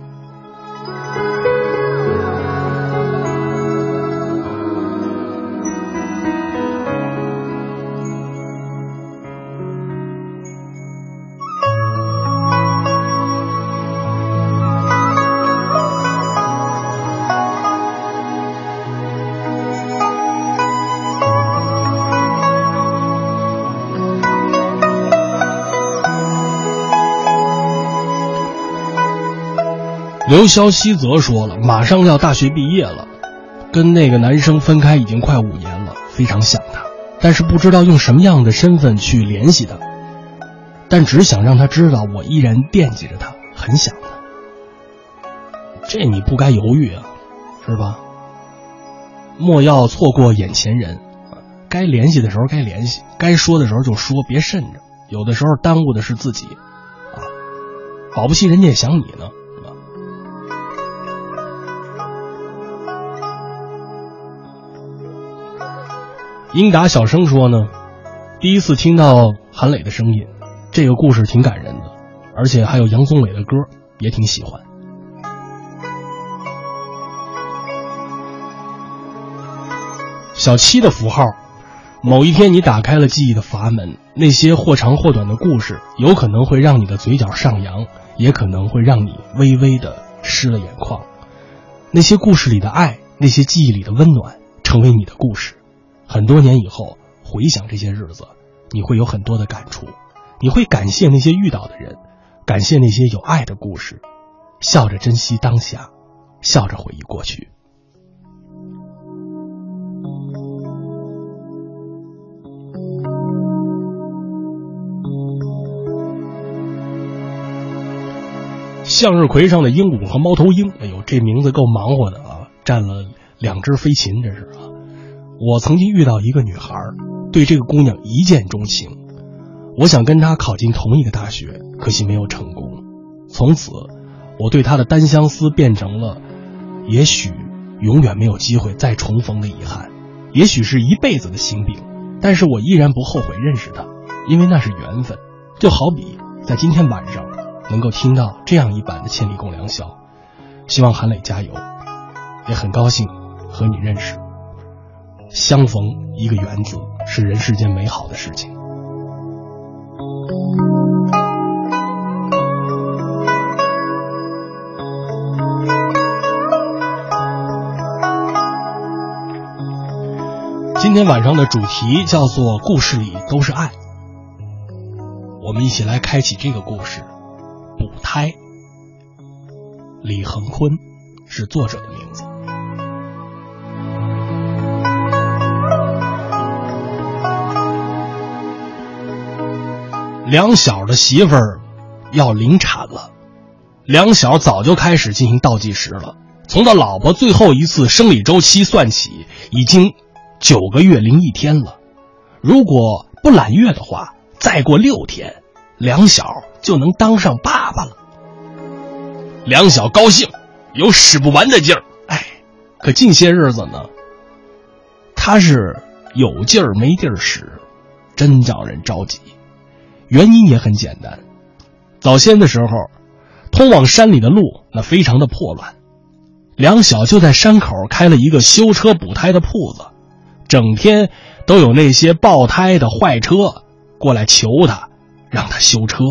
刘萧希泽说了，马上要大学毕业了，跟那个男生分开已经快5年了，非常想他，但是不知道用什么样的身份去联系他，但只想让他知道我依然惦记着他，很想他。这你不该犹豫啊，是吧？莫要错过眼前人，该联系的时候该联系，该说的时候就说，别慎着，有的时候耽误的是自己啊，保不齐人家也想你呢。英达小生说呢，第一次听到韩磊的声音，这个故事挺感人的，而且还有杨宗纬的歌，也挺喜欢。小七的符号，某一天你打开了记忆的阀门，那些或长或短的故事，有可能会让你的嘴角上扬，也可能会让你微微的湿了眼眶。那些故事里的爱，那些记忆里的温暖，成为你的故事。很多年以后回想这些日子，你会有很多的感触，你会感谢那些遇到的人，感谢那些有爱的故事，笑着珍惜当下，笑着回忆过去。向日葵上的鹦鹉和猫头鹰，哎呦，这名字够忙活的啊，占了2只飞禽，这是啊。我曾经遇到一个女孩，对这个姑娘一见钟情，我想跟她考进同一个大学，可惜没有成功。从此我对她的单相思变成了也许永远没有机会再重逢的遗憾，也许是一辈子的心病，但是我依然不后悔认识她，因为那是缘分。就好比在今天晚上能够听到这样一版的千里共良宵，希望韩磊加油，也很高兴和你认识。相逢一个缘字，是人世间美好的事情。今天晚上的主题叫做故事里都是爱，我们一起来开启这个故事。补胎，李恒坤是作者的名字。梁晓的媳妇儿要临产了，梁晓早就开始进行倒计时了，从他老婆最后一次生理周期算起，已经9个月0一天了。如果不揽月的话，再过6天，梁晓就能当上爸爸了。梁晓高兴，有使不完的劲儿。哎，可近些日子呢，他是有劲儿没地儿使，真叫人着急。原因也很简单，早先的时候，通往山里的路那非常的破乱，梁晓就在山口开了一个修车补胎的铺子，整天都有那些爆胎的坏车过来求他，让他修车。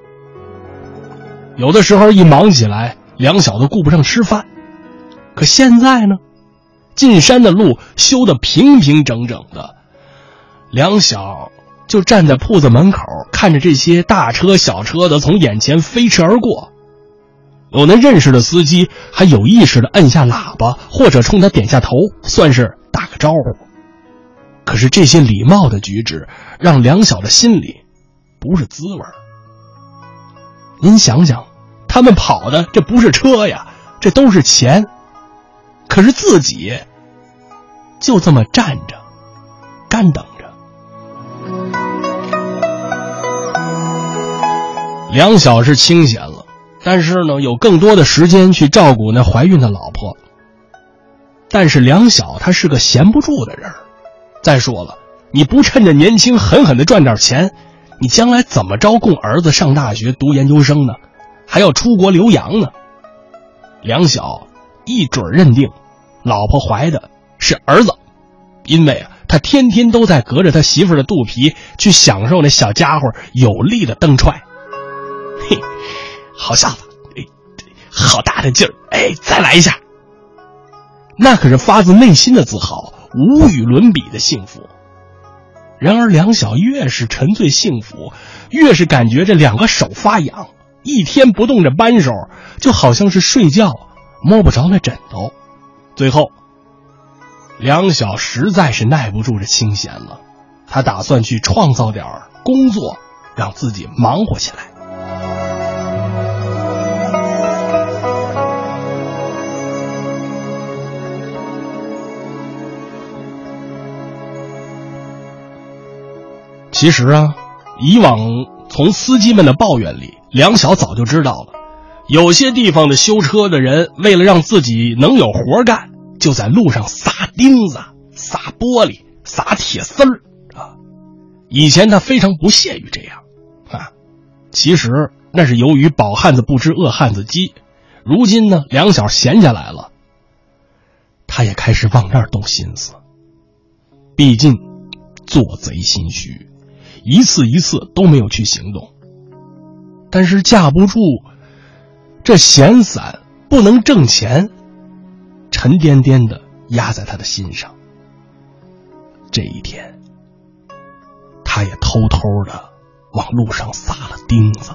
有的时候一忙起来，梁晓都顾不上吃饭。可现在呢，进山的路修得平平整整的，梁晓就站在铺子门口，看着这些大车小车的从眼前飞驰而过。 有那认识的司机还有意识地摁下喇叭，或者冲他点下头，算是打个招呼。可是这些礼貌的举止让梁晓的心里不是滋味。您想想，他们跑的这不是车呀，这都是钱，可是自己就这么站着干等着。梁晓是清闲了，但是呢有更多的时间去照顾那怀孕的老婆。但是梁晓他是个闲不住的人，再说了，你不趁着年轻狠狠地赚点钱，你将来怎么着供儿子上大学读研究生呢？还要出国留洋呢？梁晓一准认定老婆怀的是儿子，因为他天天都在隔着他媳妇的肚皮去享受那小家伙有力的蹬踹。嘿，好小子，好大的劲儿，再来一下。那可是发自内心的自豪，无与伦比的幸福。然而梁晓越是沉醉幸福，越是感觉这两个手发痒，一天不动这扳手，就好像是睡觉摸不着那枕头。最后梁晓实在是耐不住这清闲了，他打算去创造点工作，让自己忙活起来。其实啊，以往从司机们的抱怨里，梁晓早就知道了，有些地方的修车的人为了让自己能有活干，就在路上撒钉子、撒玻璃、撒铁丝儿啊。以前他非常不屑于这样啊，其实那是由于饱汉子不知饿汉子饥。如今呢，梁晓闲下来了，他也开始往那儿动心思。毕竟做贼心虚，一次一次都没有去行动，但是架不住这闲散不能挣钱，沉甸甸的压在他的心上。这一天，他也偷偷的往路上撒了钉子。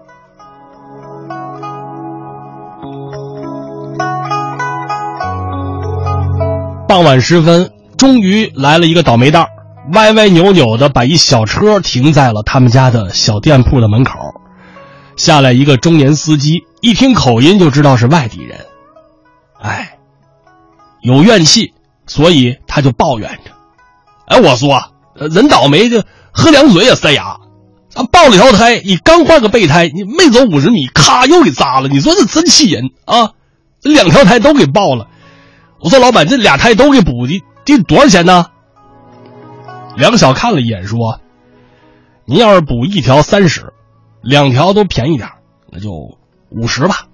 傍晚时分，终于来了一个倒霉蛋，歪歪扭扭的把一小车停在了他们家的小店铺的门口。下来一个中年司机，一听口音就知道是外地人。有怨气，所以他就抱怨着。我说人倒霉就喝凉水也塞牙，抱了条胎，你刚换个备胎，你没走50米，咔又给扎了，你说这真气人啊！这2条胎都给爆了。我说老板，这2胎都给补的，这多少钱呢？梁晓看了一眼说，您要是补1条30， 2条都便宜点，那就50吧。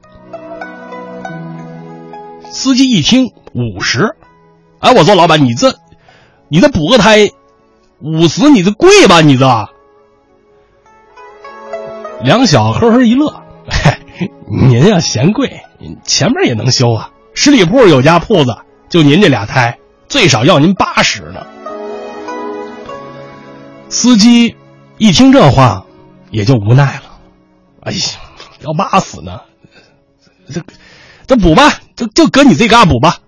司机一听50，我说老板，你这补个胎50，你这贵吧？你这。梁晓呵呵一乐，您要嫌贵，前面也能修啊。十里铺有家铺子，就您这2胎，最少要您80呢。司机一听这话，也就无奈了。要80呢，这补吧，就搁你这嘎补吧。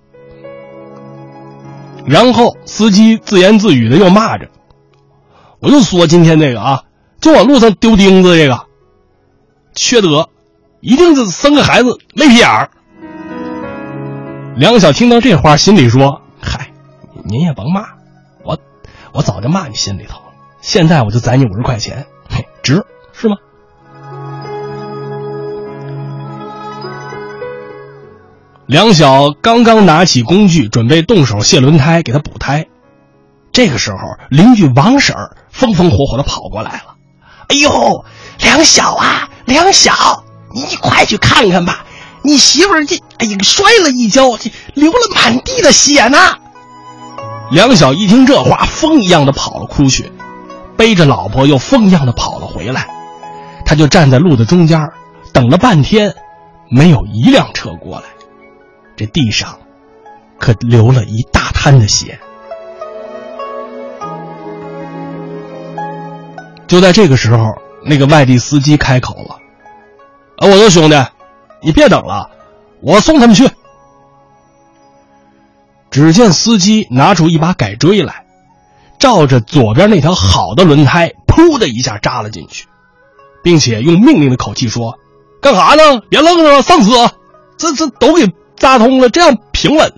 然后司机自言自语的又骂着，我就说今天这个啊，就往路上丢钉子这个缺德，一定是生个孩子没皮眼儿。梁晓听到这话，心里说，嗨，您也甭骂我早就骂你心里头了，现在我就宰你50块钱，值是吗？梁晓刚刚拿起工具准备动手卸轮胎给他补胎，这个时候邻居王婶儿风风火火的跑过来了。哎呦，梁晓啊，梁晓，你快去看看吧，你媳妇儿这摔了一跤，流了满地的血呢。梁晓一听这话，风一样的跑了出去，背着老婆又风一样的跑了回来。他就站在路的中间，等了半天，没有一辆车过来。这地上可流了一大滩的血。就在这个时候，那个外地司机开口了：我说兄弟， 你别等了，我送他们去。只见司机拿出一把改锥来，照着左边那条好的轮胎噗的一下扎了进去，并且用命令的口气说：干啥呢？别愣着了，上车，这都给扎通了，这样平稳。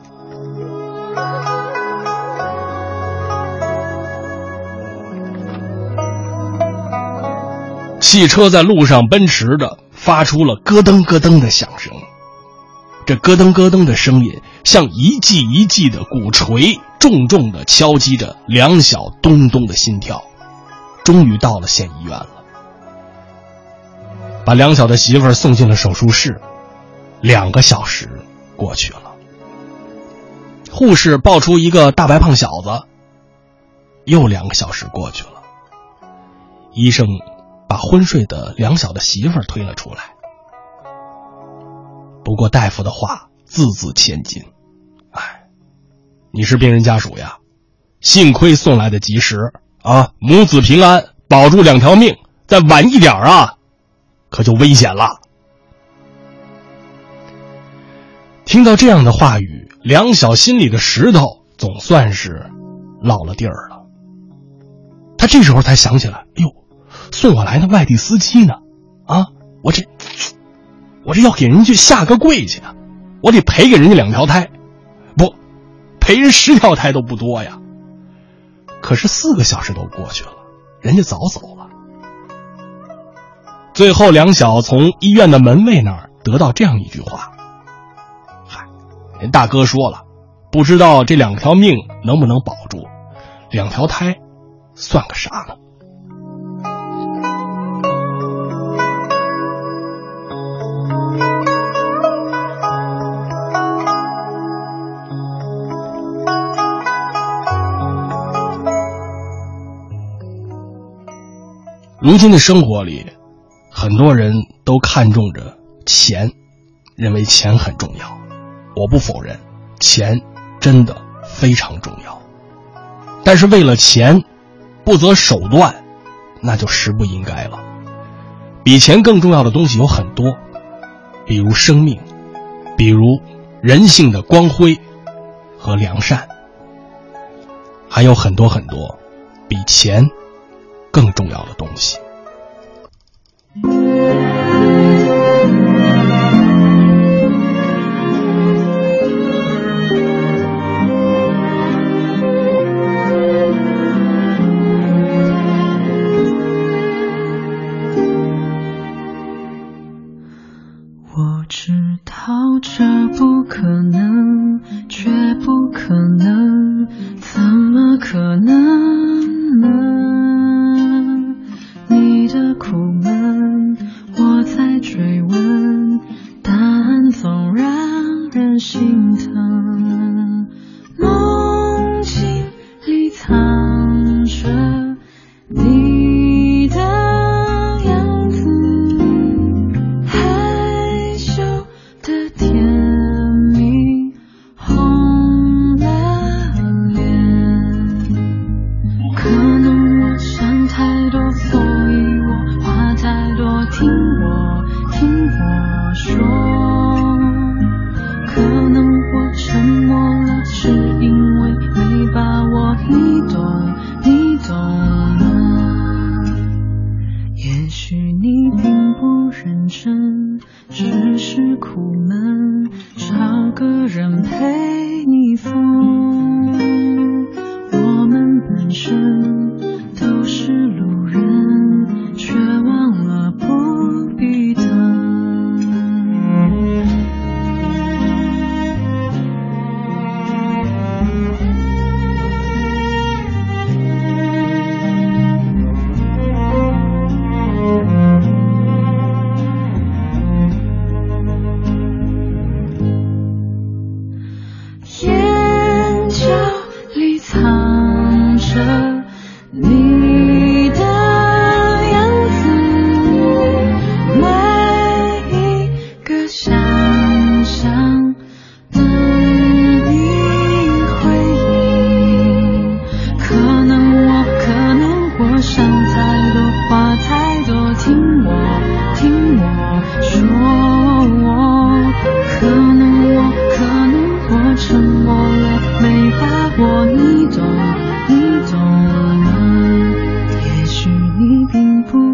汽车在路上奔驰着，发出了咯噔咯噔的响声。这咯噔咯噔的声音像一记一记的鼓槌，重重地敲击着梁晓咚咚的心跳。终于到了县医院了，把梁晓的媳妇儿送进了手术室。2个小时过去了，护士抱出一个大白胖小子。又2个小时过去了，医生把昏睡的梁晓的媳妇儿推了出来。不过大夫的话字字千金，你是病人家属呀，幸亏送来的及时啊，母子平安，保住2条命，再晚一点啊，可就危险了。听到这样的话语，梁晓心里的石头总算是落了地儿了。他这时候才想起来，哎呦，送我来的外地司机呢？啊，我这要给人家下个跪去啊，我得赔给人家2条胎，不，赔人10条胎都不多呀。可是4个小时都过去了，人家早走了。最后梁晓从医院的门卫那儿得到这样一句话：人大哥说了，不知道这2条命能不能保住，2条胎算个啥呢？如今的生活里，很多人都看重着钱，认为钱很重要。我不否认，钱真的非常重要。但是为了钱不择手段，那就实不应该了。比钱更重要的东西有很多，比如生命，比如人性的光辉和良善，还有很多很多比钱更重要的东西。 我知道这不可能，却不可能，怎么可能呢？你的苦闷，我在追问，答案总让人心疼。梦境里藏着你的样子，害羞的甜蜜红了脸。可能我想太多，所以我话太多，听我说。可能我沉默了，是因为没把握，你懂吗？也许你并不认真，只是苦闷，找个人陪你疯。我们本身都是路人，却忘了不必等。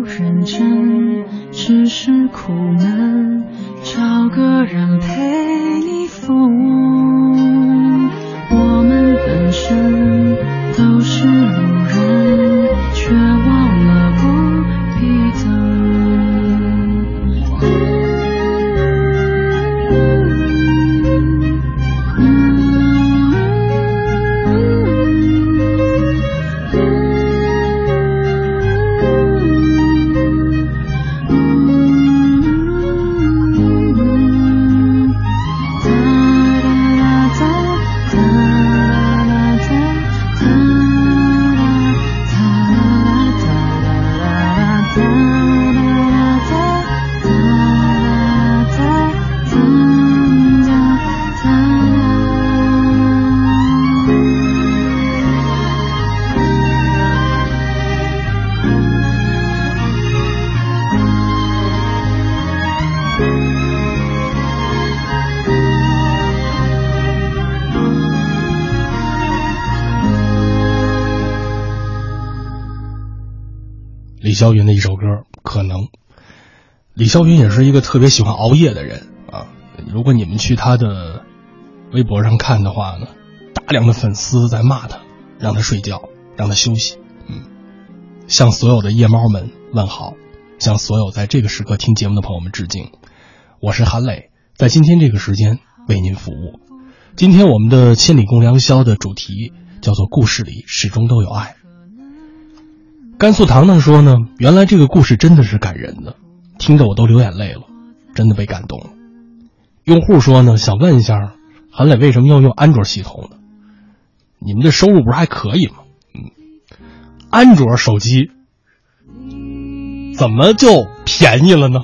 认真，只是苦闷，找个人陪你疯。我们本身都是路人，却忘了不必等。 李霄云的一首歌《可能》。李霄云也是一个特别喜欢熬夜的人啊，如果你们去他的微博上看的话呢，大量的粉丝在骂他，让他睡觉，让他休息。向所有的夜猫们问好，向所有在这个时刻听节目的朋友们致敬。我是韩磊，在今天这个时间为您服务。今天我们的千里共良宵的主题叫做故事里始终都有爱。甘肃糖糖说呢，原来这个故事真的是感人的，听得我都流眼泪了，真的被感动了。用户说呢，想问一下韩磊为什么要用安卓系统呢？你们的收入不是还可以吗？安卓手机怎么就便宜了呢？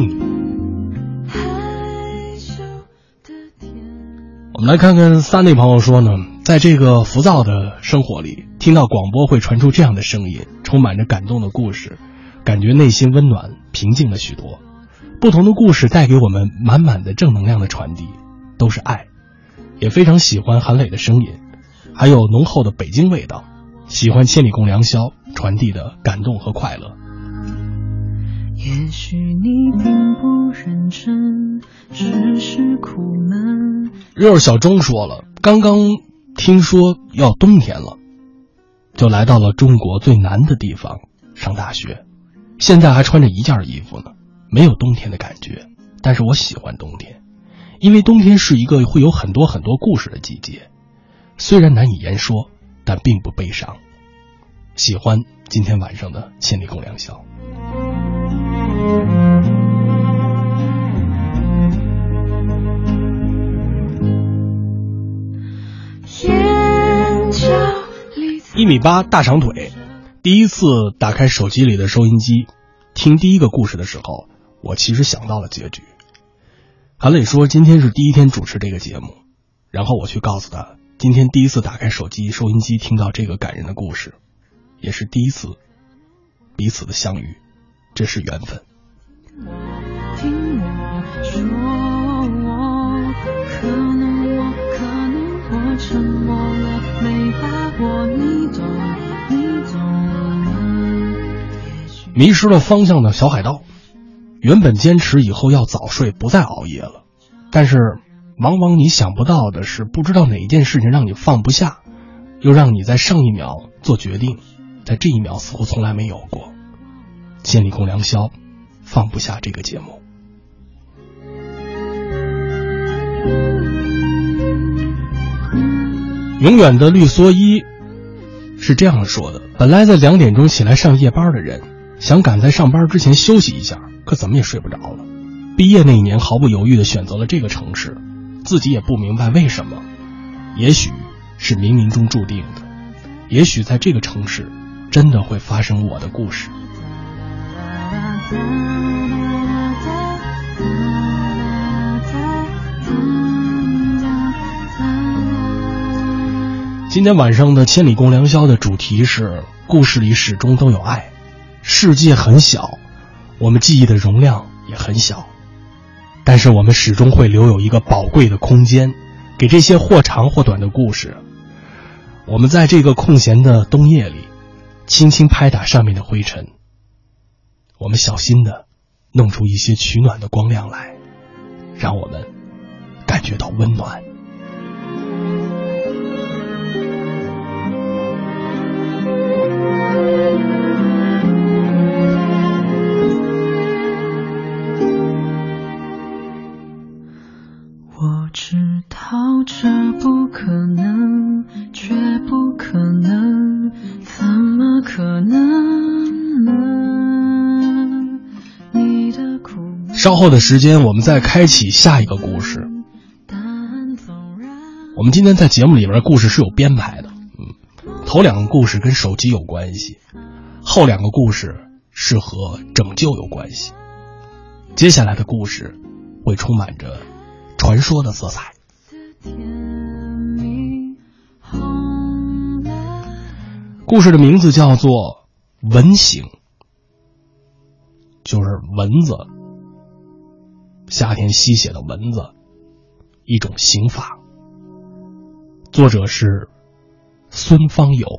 我们来看看三位朋友说呢，在这个浮躁的生活里，听到广播会传出这样的声音，充满着感动的故事，感觉内心温暖平静了许多。不同的故事带给我们满满的正能量的传递，都是爱。也非常喜欢韩磊的声音，还有浓厚的北京味道，喜欢千里共良宵传递的感动和快乐。 也许你并不认真，只是苦闷。 肉小钟说了，刚刚听说要冬天了，就来到了中国最南的地方上大学，现在还穿着一件衣服呢，没有冬天的感觉，但是我喜欢冬天，因为冬天是一个会有很多很多故事的季节，虽然难以言说，但并不悲伤。喜欢今天晚上的千里共良宵。1.8米大长腿，第一次打开手机里的收音机听第一个故事的时候，我其实想到了结局。韩磊说今天是第一天主持这个节目，然后我去告诉他，今天第一次打开手机收音机听到这个感人的故事，也是第一次彼此的相遇，这是缘分。 听我说，可能我沉默了，没把握，你懂迷失了方向的小海盗，原本坚持以后要早睡，不再熬夜了，但是往往你想不到的是，不知道哪一件事情让你放不下，又让你在上一秒做决定，在这一秒似乎从来没有过。千里共良宵，放不下这个节目。永远的绿蓑衣是这样说的，本来在2点钟起来上夜班的人，想赶在上班之前休息一下，可怎么也睡不着了。毕业那一年毫不犹豫地选择了这个城市，自己也不明白为什么，也许是冥冥中注定的，也许在这个城市真的会发生我的故事。今天晚上的千里共良宵的主题是故事里始终都有爱。世界很小，我们记忆的容量也很小，但是我们始终会留有一个宝贵的空间，给这些或长或短的故事。我们在这个空闲的冬夜里轻轻拍打上面的灰尘， 我们小心的弄出一些取暖的光亮来，让我们感觉到温暖。 我知道这不可能，绝不可能，怎么可能呢？你的苦。 稍后的时间，我们再开启下一个故事。我们今天在节目里边，故事是有编排的。头两个故事跟手机有关系，后两个故事是和拯救有关系。接下来的故事会充满着传说的色彩。故事的名字叫做蚊刑，就是蚊子，夏天吸血的蚊子，一种刑法。作者是孙方友。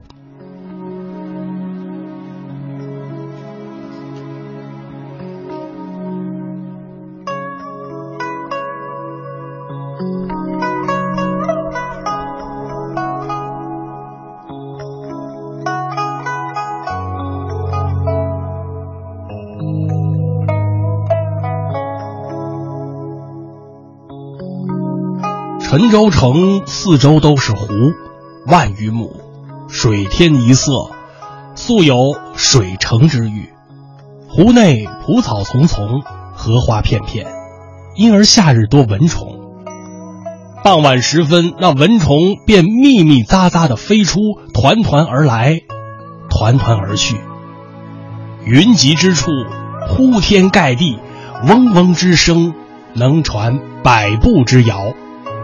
陈州城四周都是湖，万余亩，水天一色，素有水城之誉。湖内蒲草丛丛，荷花片片，因而夏日多蚊虫。傍晚时分，那蚊虫便密密匝匝地飞出，团团而来，团团而去。云集之处，铺天盖地，嗡嗡之声能传百步之遥。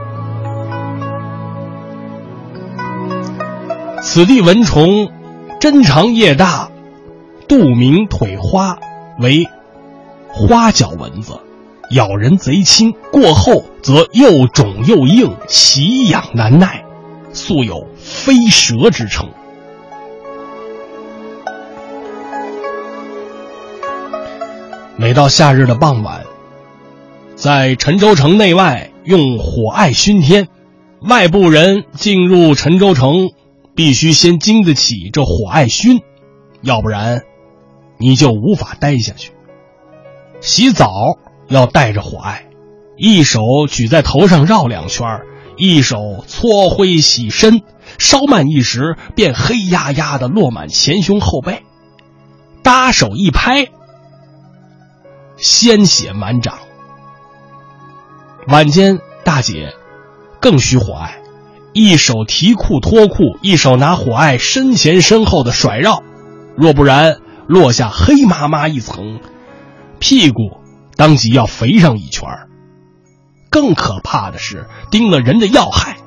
此地蚊虫真长叶大，肚名腿花，为花脚蚊子，咬人贼轻，过后则又肿又硬，奇痒难耐，素有飞蛇之称。每到夏日的傍晚，在陈州城内外用火艾熏天，外部人进入陈州城必须先经得起这火艾熏，要不然你就无法待下去。洗澡要带着火艾，一手举在头上绕2圈，一手搓灰洗身，稍慢一时便黑压压的落满前胸后背，搭手一拍，鲜血满掌。晚间大姐更需火艾，一手提裤脱裤，一手拿火艾身前身后的甩绕，若不然落下黑麻麻一层，屁股当即要肥上1圈。更可怕的是叮了人的要害，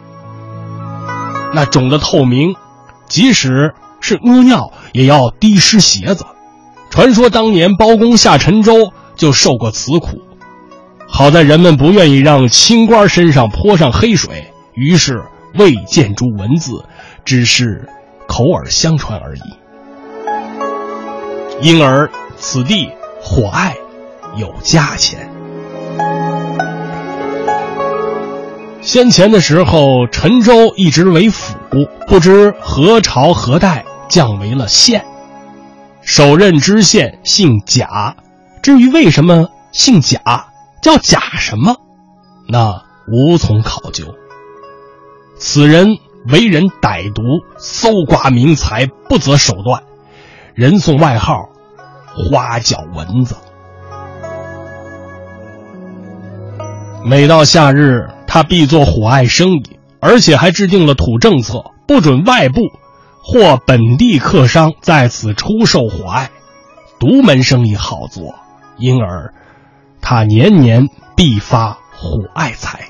那肿得透明，即使是屙尿也要滴湿鞋子。传说当年包公下陈州就受过此苦，好在人们不愿意让清官身上泼上黑水，于是未见诸文字，只是口耳相传而已。因而此地火艾有价钱。先前的时候，陈州一直为府，不知何朝何代降为了县。首任知县姓贾，至于为什么姓贾，叫贾什么，那无从考究。此人为人歹毒，搜刮民财，不择手段，人送外号花脚蚊子。每到夏日，他必做火艾生意，而且还制定了土政策，不准外部或本地客商在此出售火艾，独门生意好做，因而他年年必发火艾财。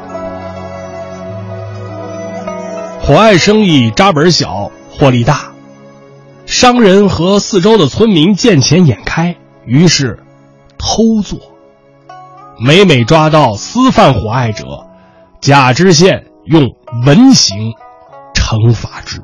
火艾生意扎本小，获利大，商人和四周的村民见钱眼开，于是偷做。每每抓到私贩火艾者，贾知县用蚊刑惩罚之。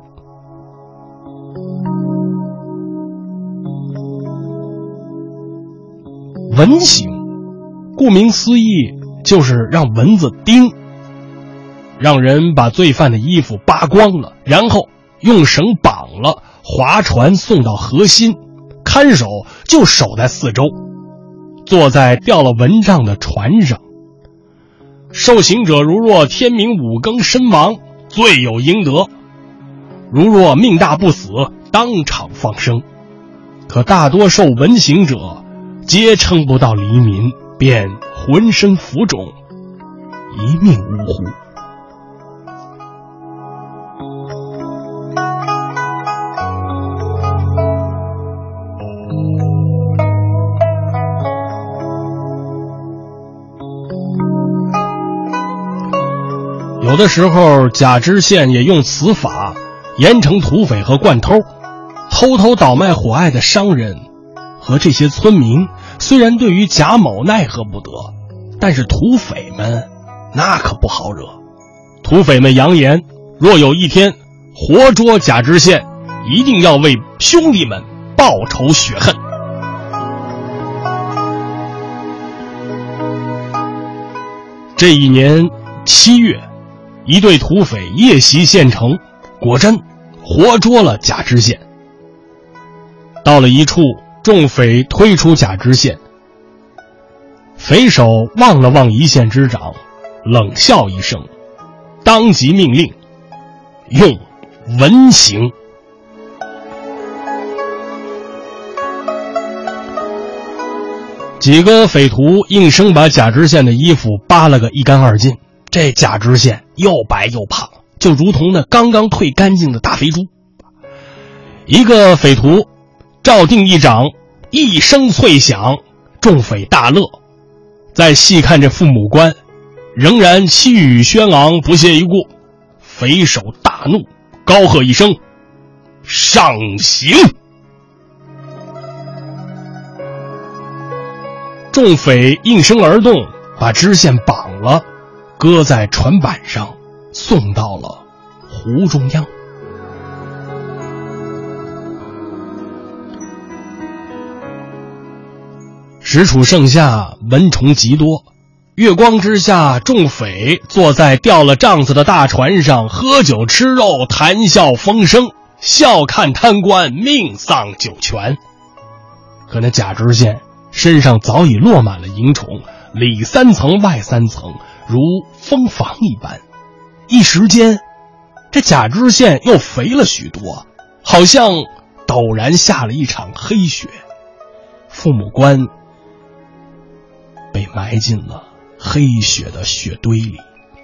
蚊刑，顾名思义就是让蚊子叮，让人把罪犯的衣服扒光了，然后用绳绑了，划船送到河心，看守就守在四周，坐在掉了蚊帐的船上。受刑者如若天明五更身亡，罪有应得；如若命大不死，当场放生。可大多受蚊刑者皆撑不到黎民，便浑身浮肿，一命呜呼。有的时候甲知县也用此法严惩土匪和惯偷，偷偷倒卖火艾的商人和这些村民虽然对于贾某奈何不得，但是土匪们那可不好惹。土匪们扬言，若有一天活捉贾知县，一定要为兄弟们报仇雪恨。这一年7月，一队土匪夜袭县城，果真活捉了贾知县。到了一处，众匪推出贾知县，匪首望了望一县之长，冷笑一声，当即命令用蚊刑。几个匪徒应声把贾知县的衣服扒了个一干二净，这贾知县又白又胖，就如同那刚刚退干净的大肥猪。一个匪徒照定一掌，一声脆响，众匪大乐。再细看这父母官，仍然气宇轩昂，不屑一顾。匪首大怒，高喝一声：“上刑！”众匪应声而动，把知县绑了，搁在船板上，送到了湖中央。时处盛夏，蚊虫极多，月光之下，众匪坐在掉了帐子的大船上，喝酒吃肉，谈笑风生，笑看贪官命丧九泉。可那贾知县身上早已落满了蝇虫，里3层外3层，如蜂房一般。一时间，这贾知县又肥了许多，好像陡然下了一场黑雪。父母官被埋进了黑雪的雪堆里。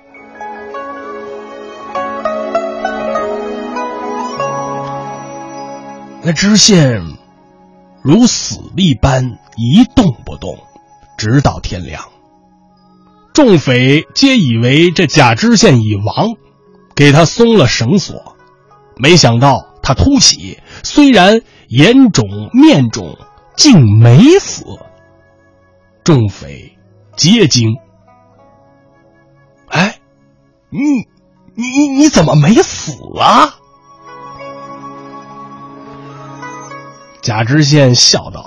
那知县如死力般一动不动，直到天亮。众匪皆以为这贾知县已亡，给他松了绳索，没想到他突起，虽然眼肿面肿，竟没死。众匪皆惊：“哎，你怎么没死啊？”贾知县笑道：“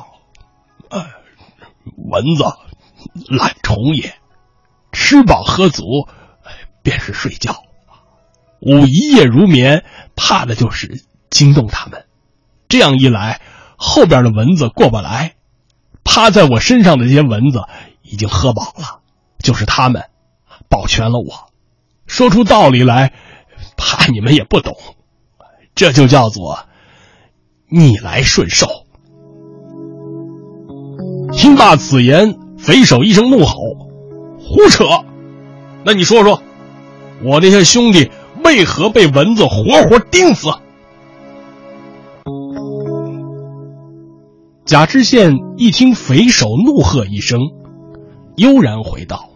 蚊子，懒虫也，吃饱喝足，便是睡觉。吾一夜如眠，怕的就是惊动他们。这样一来，后边的蚊子过不来。趴在我身上的这些蚊子已经喝饱了，就是他们保全了我。说出道理来，怕你们也不懂，这就叫做逆来顺受。”听罢此言，匪首一声怒吼：“胡扯！那你说说，我那些兄弟为何被蚊子活活叮死？”贾知县一听匪首怒喝一声，悠然回道：“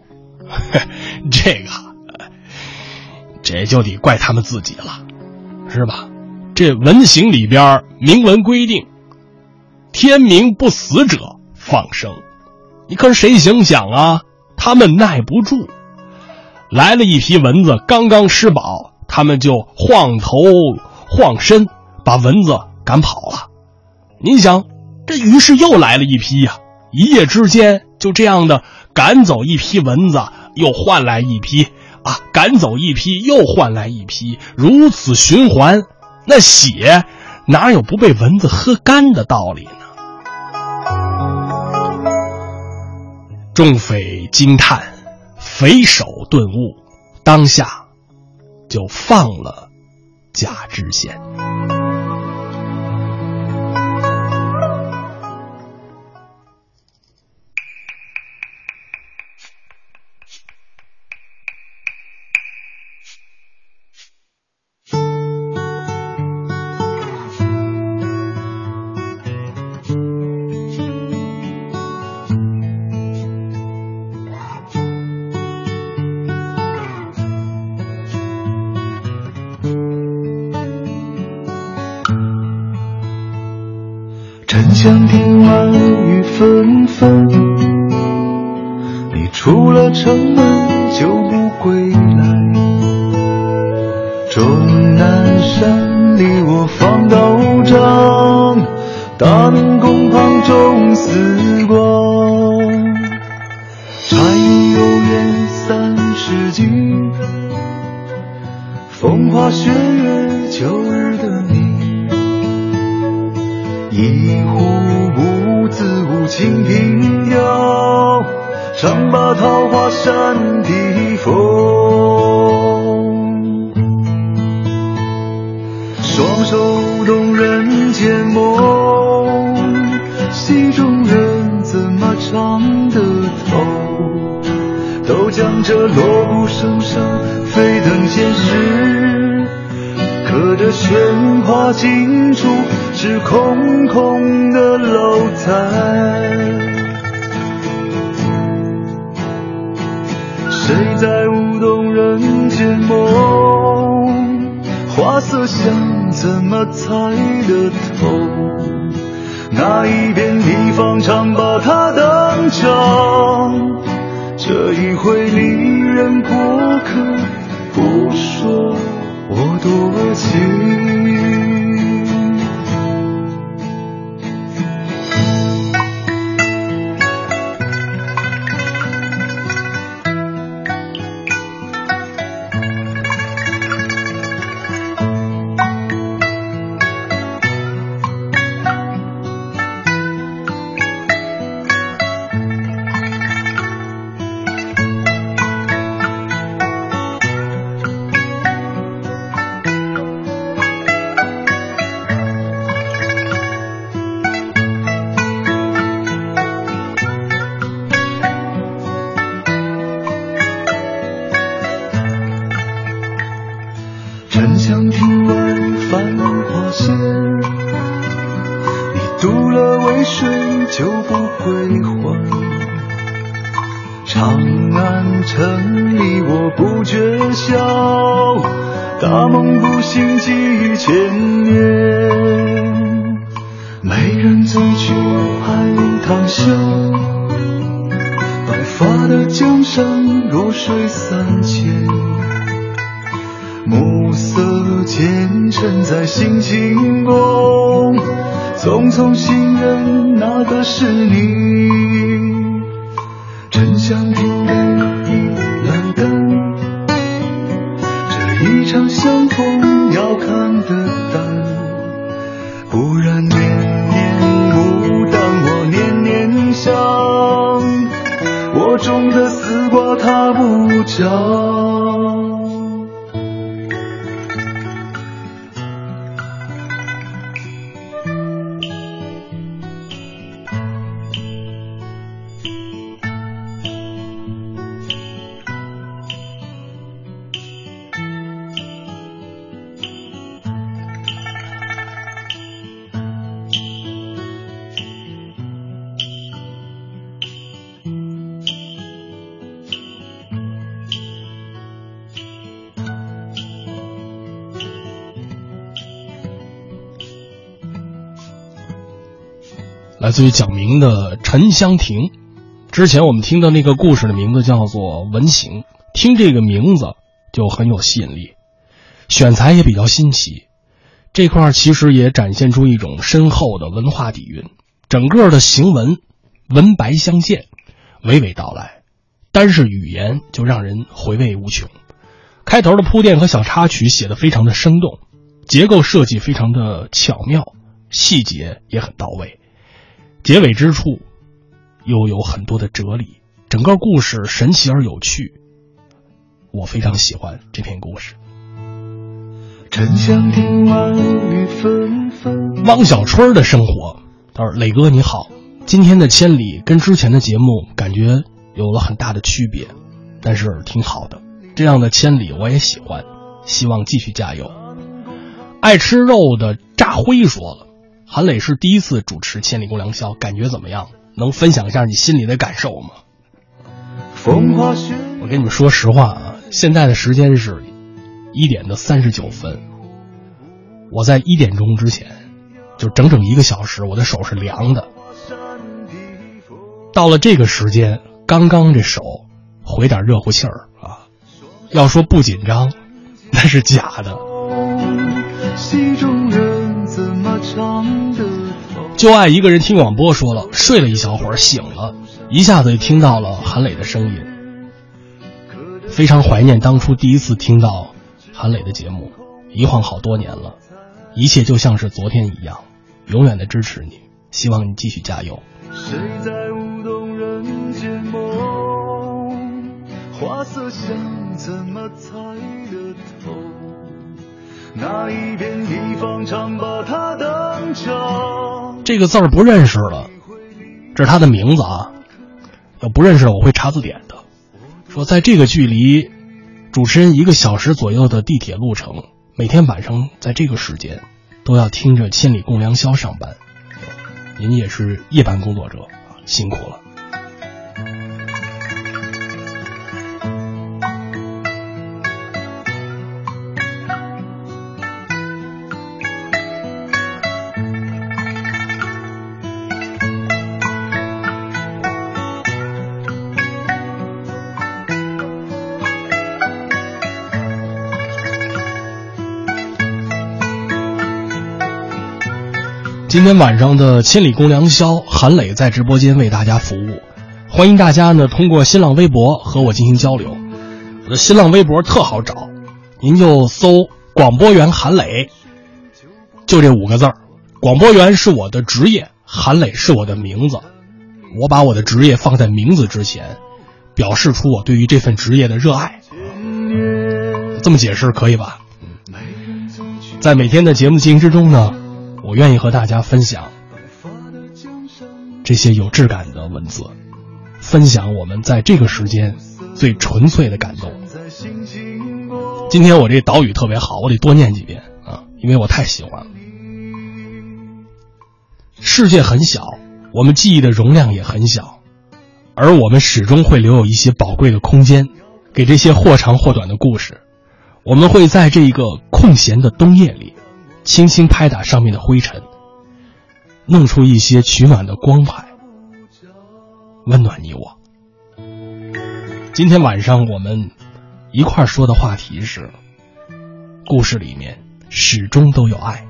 这就得怪他们自己了，是吧？这蚊刑里边明文规定，天明不死者放生。你可是谁想想啊，他们耐不住，来了一批蚊子，刚刚吃饱，他们就晃头晃身，把蚊子赶跑了。您想，这于是又来了一批呀， 一夜之间就这样的赶走一批蚊子，又换来一批啊，赶走一批又换来一批，如此循环，那血哪有不被蚊子喝干的道理呢？众匪惊叹，匪首顿悟，当下就放了贾知县。 像天晚雨纷纷，你出了城门就不归来。终南山里我放刀杖，大明宫旁种丝瓜。柴米油盐30斤，风花雪月旧日的你。一壶不自无清平调，唱罢桃花扇的风。双手动人间梦，心中人怎么唱得透？都将这锣鼓声声飞腾现实，可这喧哗尽处是空空的楼台。谁在舞动人间梦？花色香怎么猜得透？哪一片地方常把它登场？这一回离人过客，不说我多情。沉香亭外繁花谢，你渡了渭水就不归还。长安城里我不觉晓，大梦不醒几千年。美人醉去海棠香，白发的江山弱水三千。暮色渐沉在新清宫，匆匆行人哪个是你？沉香亭北一阑干，这一场相逢要看得淡，不然年年牡丹我年年想，我种的丝瓜它不长。 来自于蒋明的《沉香亭》。之前我们听的那个故事的名字叫做《蚊行》，听这个名字就很有吸引力，选材也比较新奇。这块其实也展现出一种深厚的文化底蕴，整个的行文文白相间，娓娓道来，单是语言就让人回味无穷。开头的铺垫和小插曲写得非常的生动，结构设计非常的巧妙，细节也很到位，结尾之处又有很多的哲理，整个故事神奇而有趣，我非常喜欢这篇故事。汪小春的生活，他说：磊哥你好，今天的千里跟之前的节目感觉有了很大的区别，但是挺好的，这样的千里我也喜欢，希望继续加油。爱吃肉的炸灰说了，韩磊是第一次主持千里共良宵，感觉怎么样？能分享一下你心里的感受吗？我跟你们说实话啊，现在的时间是1点的39分，我在1点钟之前就整整1个小时，我的手是凉的。到了这个时间，刚刚这手回点热乎气儿啊，要说不紧张，那是假的。就爱一个人听广播说了，睡了一小会儿醒了，一下子就听到了韩磊的声音，非常怀念当初第一次听到韩磊的节目，一晃好多年了，一切就像是昨天一样，永远的支持你，希望你继续加油。谁在舞动人间梦，花色香怎么猜得透，那一片地方常把它等着。这个字儿不认识了，这是他的名字啊，要不认识我会查字典的。说在这个距离主持人1个小时左右的地铁路程，每天晚上在这个时间都要听着千里共良宵上班，您也是夜班工作者，辛苦了。今天晚上的千里共良宵，韩磊在直播间为大家服务，欢迎大家呢通过新浪微博和我进行交流。我的新浪微博特好找，您就搜广播员韩磊，就这5个字儿。广播员是我的职业，韩磊是我的名字，我把我的职业放在名字之前，表示出我对于这份职业的热爱。这么解释可以吧？在每天的节目进行之中呢，我愿意和大家分享这些有质感的文字，分享我们在这个时间最纯粹的感动。今天我这岛语特别好，我得多念几遍啊，因为我太喜欢了。世界很小，我们记忆的容量也很小，而我们始终会留有一些宝贵的空间，给这些或长或短的故事。我们会在这一个空闲的冬夜里，轻轻拍打上面的灰尘，弄出一些取暖的光彩，温暖你我。今天晚上我们一块说的话题是，故事里面始终都有爱。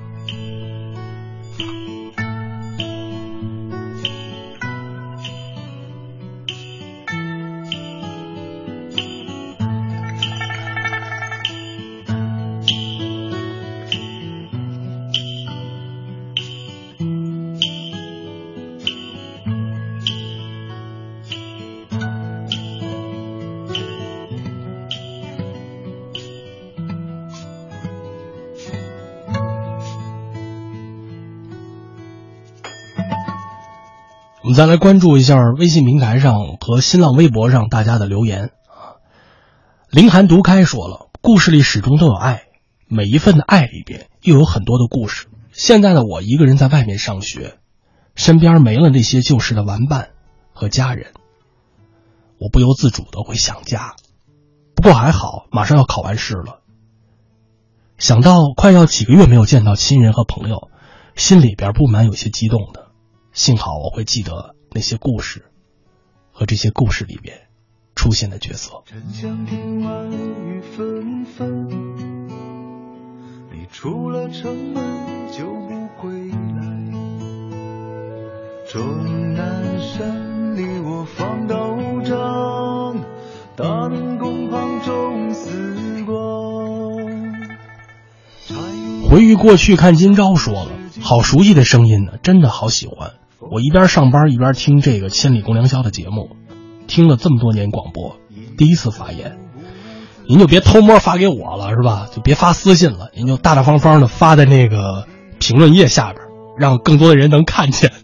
我们再来关注一下微信平台上和新浪微博上大家的留言啊。凌寒独开说了，故事里始终都有爱，每一份的爱里边又有很多的故事。现在的我一个人在外面上学，身边没了那些旧时的玩伴和家人，我不由自主的会想家。不过还好，马上要考完试了，想到快要几个月没有见到亲人和朋友，心里边不满有些激动的。幸好我会记得那些故事和这些故事里边出现的角色。 真像天外雨纷纷，你出了城门就不回来， 终南山离我方道长，大明宫旁种丝瓜。 回忆过去看今朝说了，好熟悉的声音呢，真的好喜欢。我一边上班一边听这个千里共良宵的节目，听了这么多年广播，第一次发言。您就别偷摸发给我了，是吧？就别发私信了，您就大大方方的发在那个评论页下边，让更多的人能看见。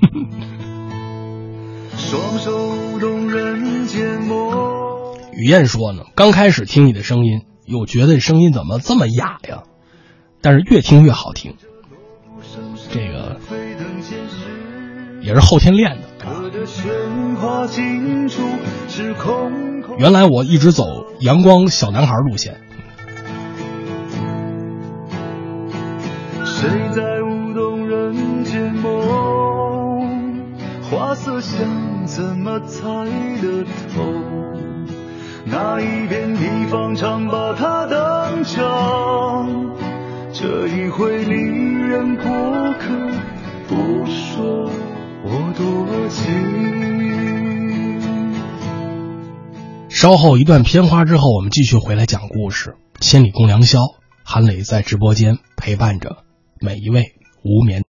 双手动人缄默。 雨燕说呢，刚开始听你的声音，又觉得声音怎么这么哑呀？但是越听越好听，这个也是后天练的。原来我一直走阳光小男孩路线。 谁在舞动人间梦？花色香怎么猜得透？哪一片地方常把它当场？这一回离人过客，不说我多情。 稍后一段片花之后，我们继续回来讲故事。千里共良宵，韩磊在直播间陪伴着每一位无眠。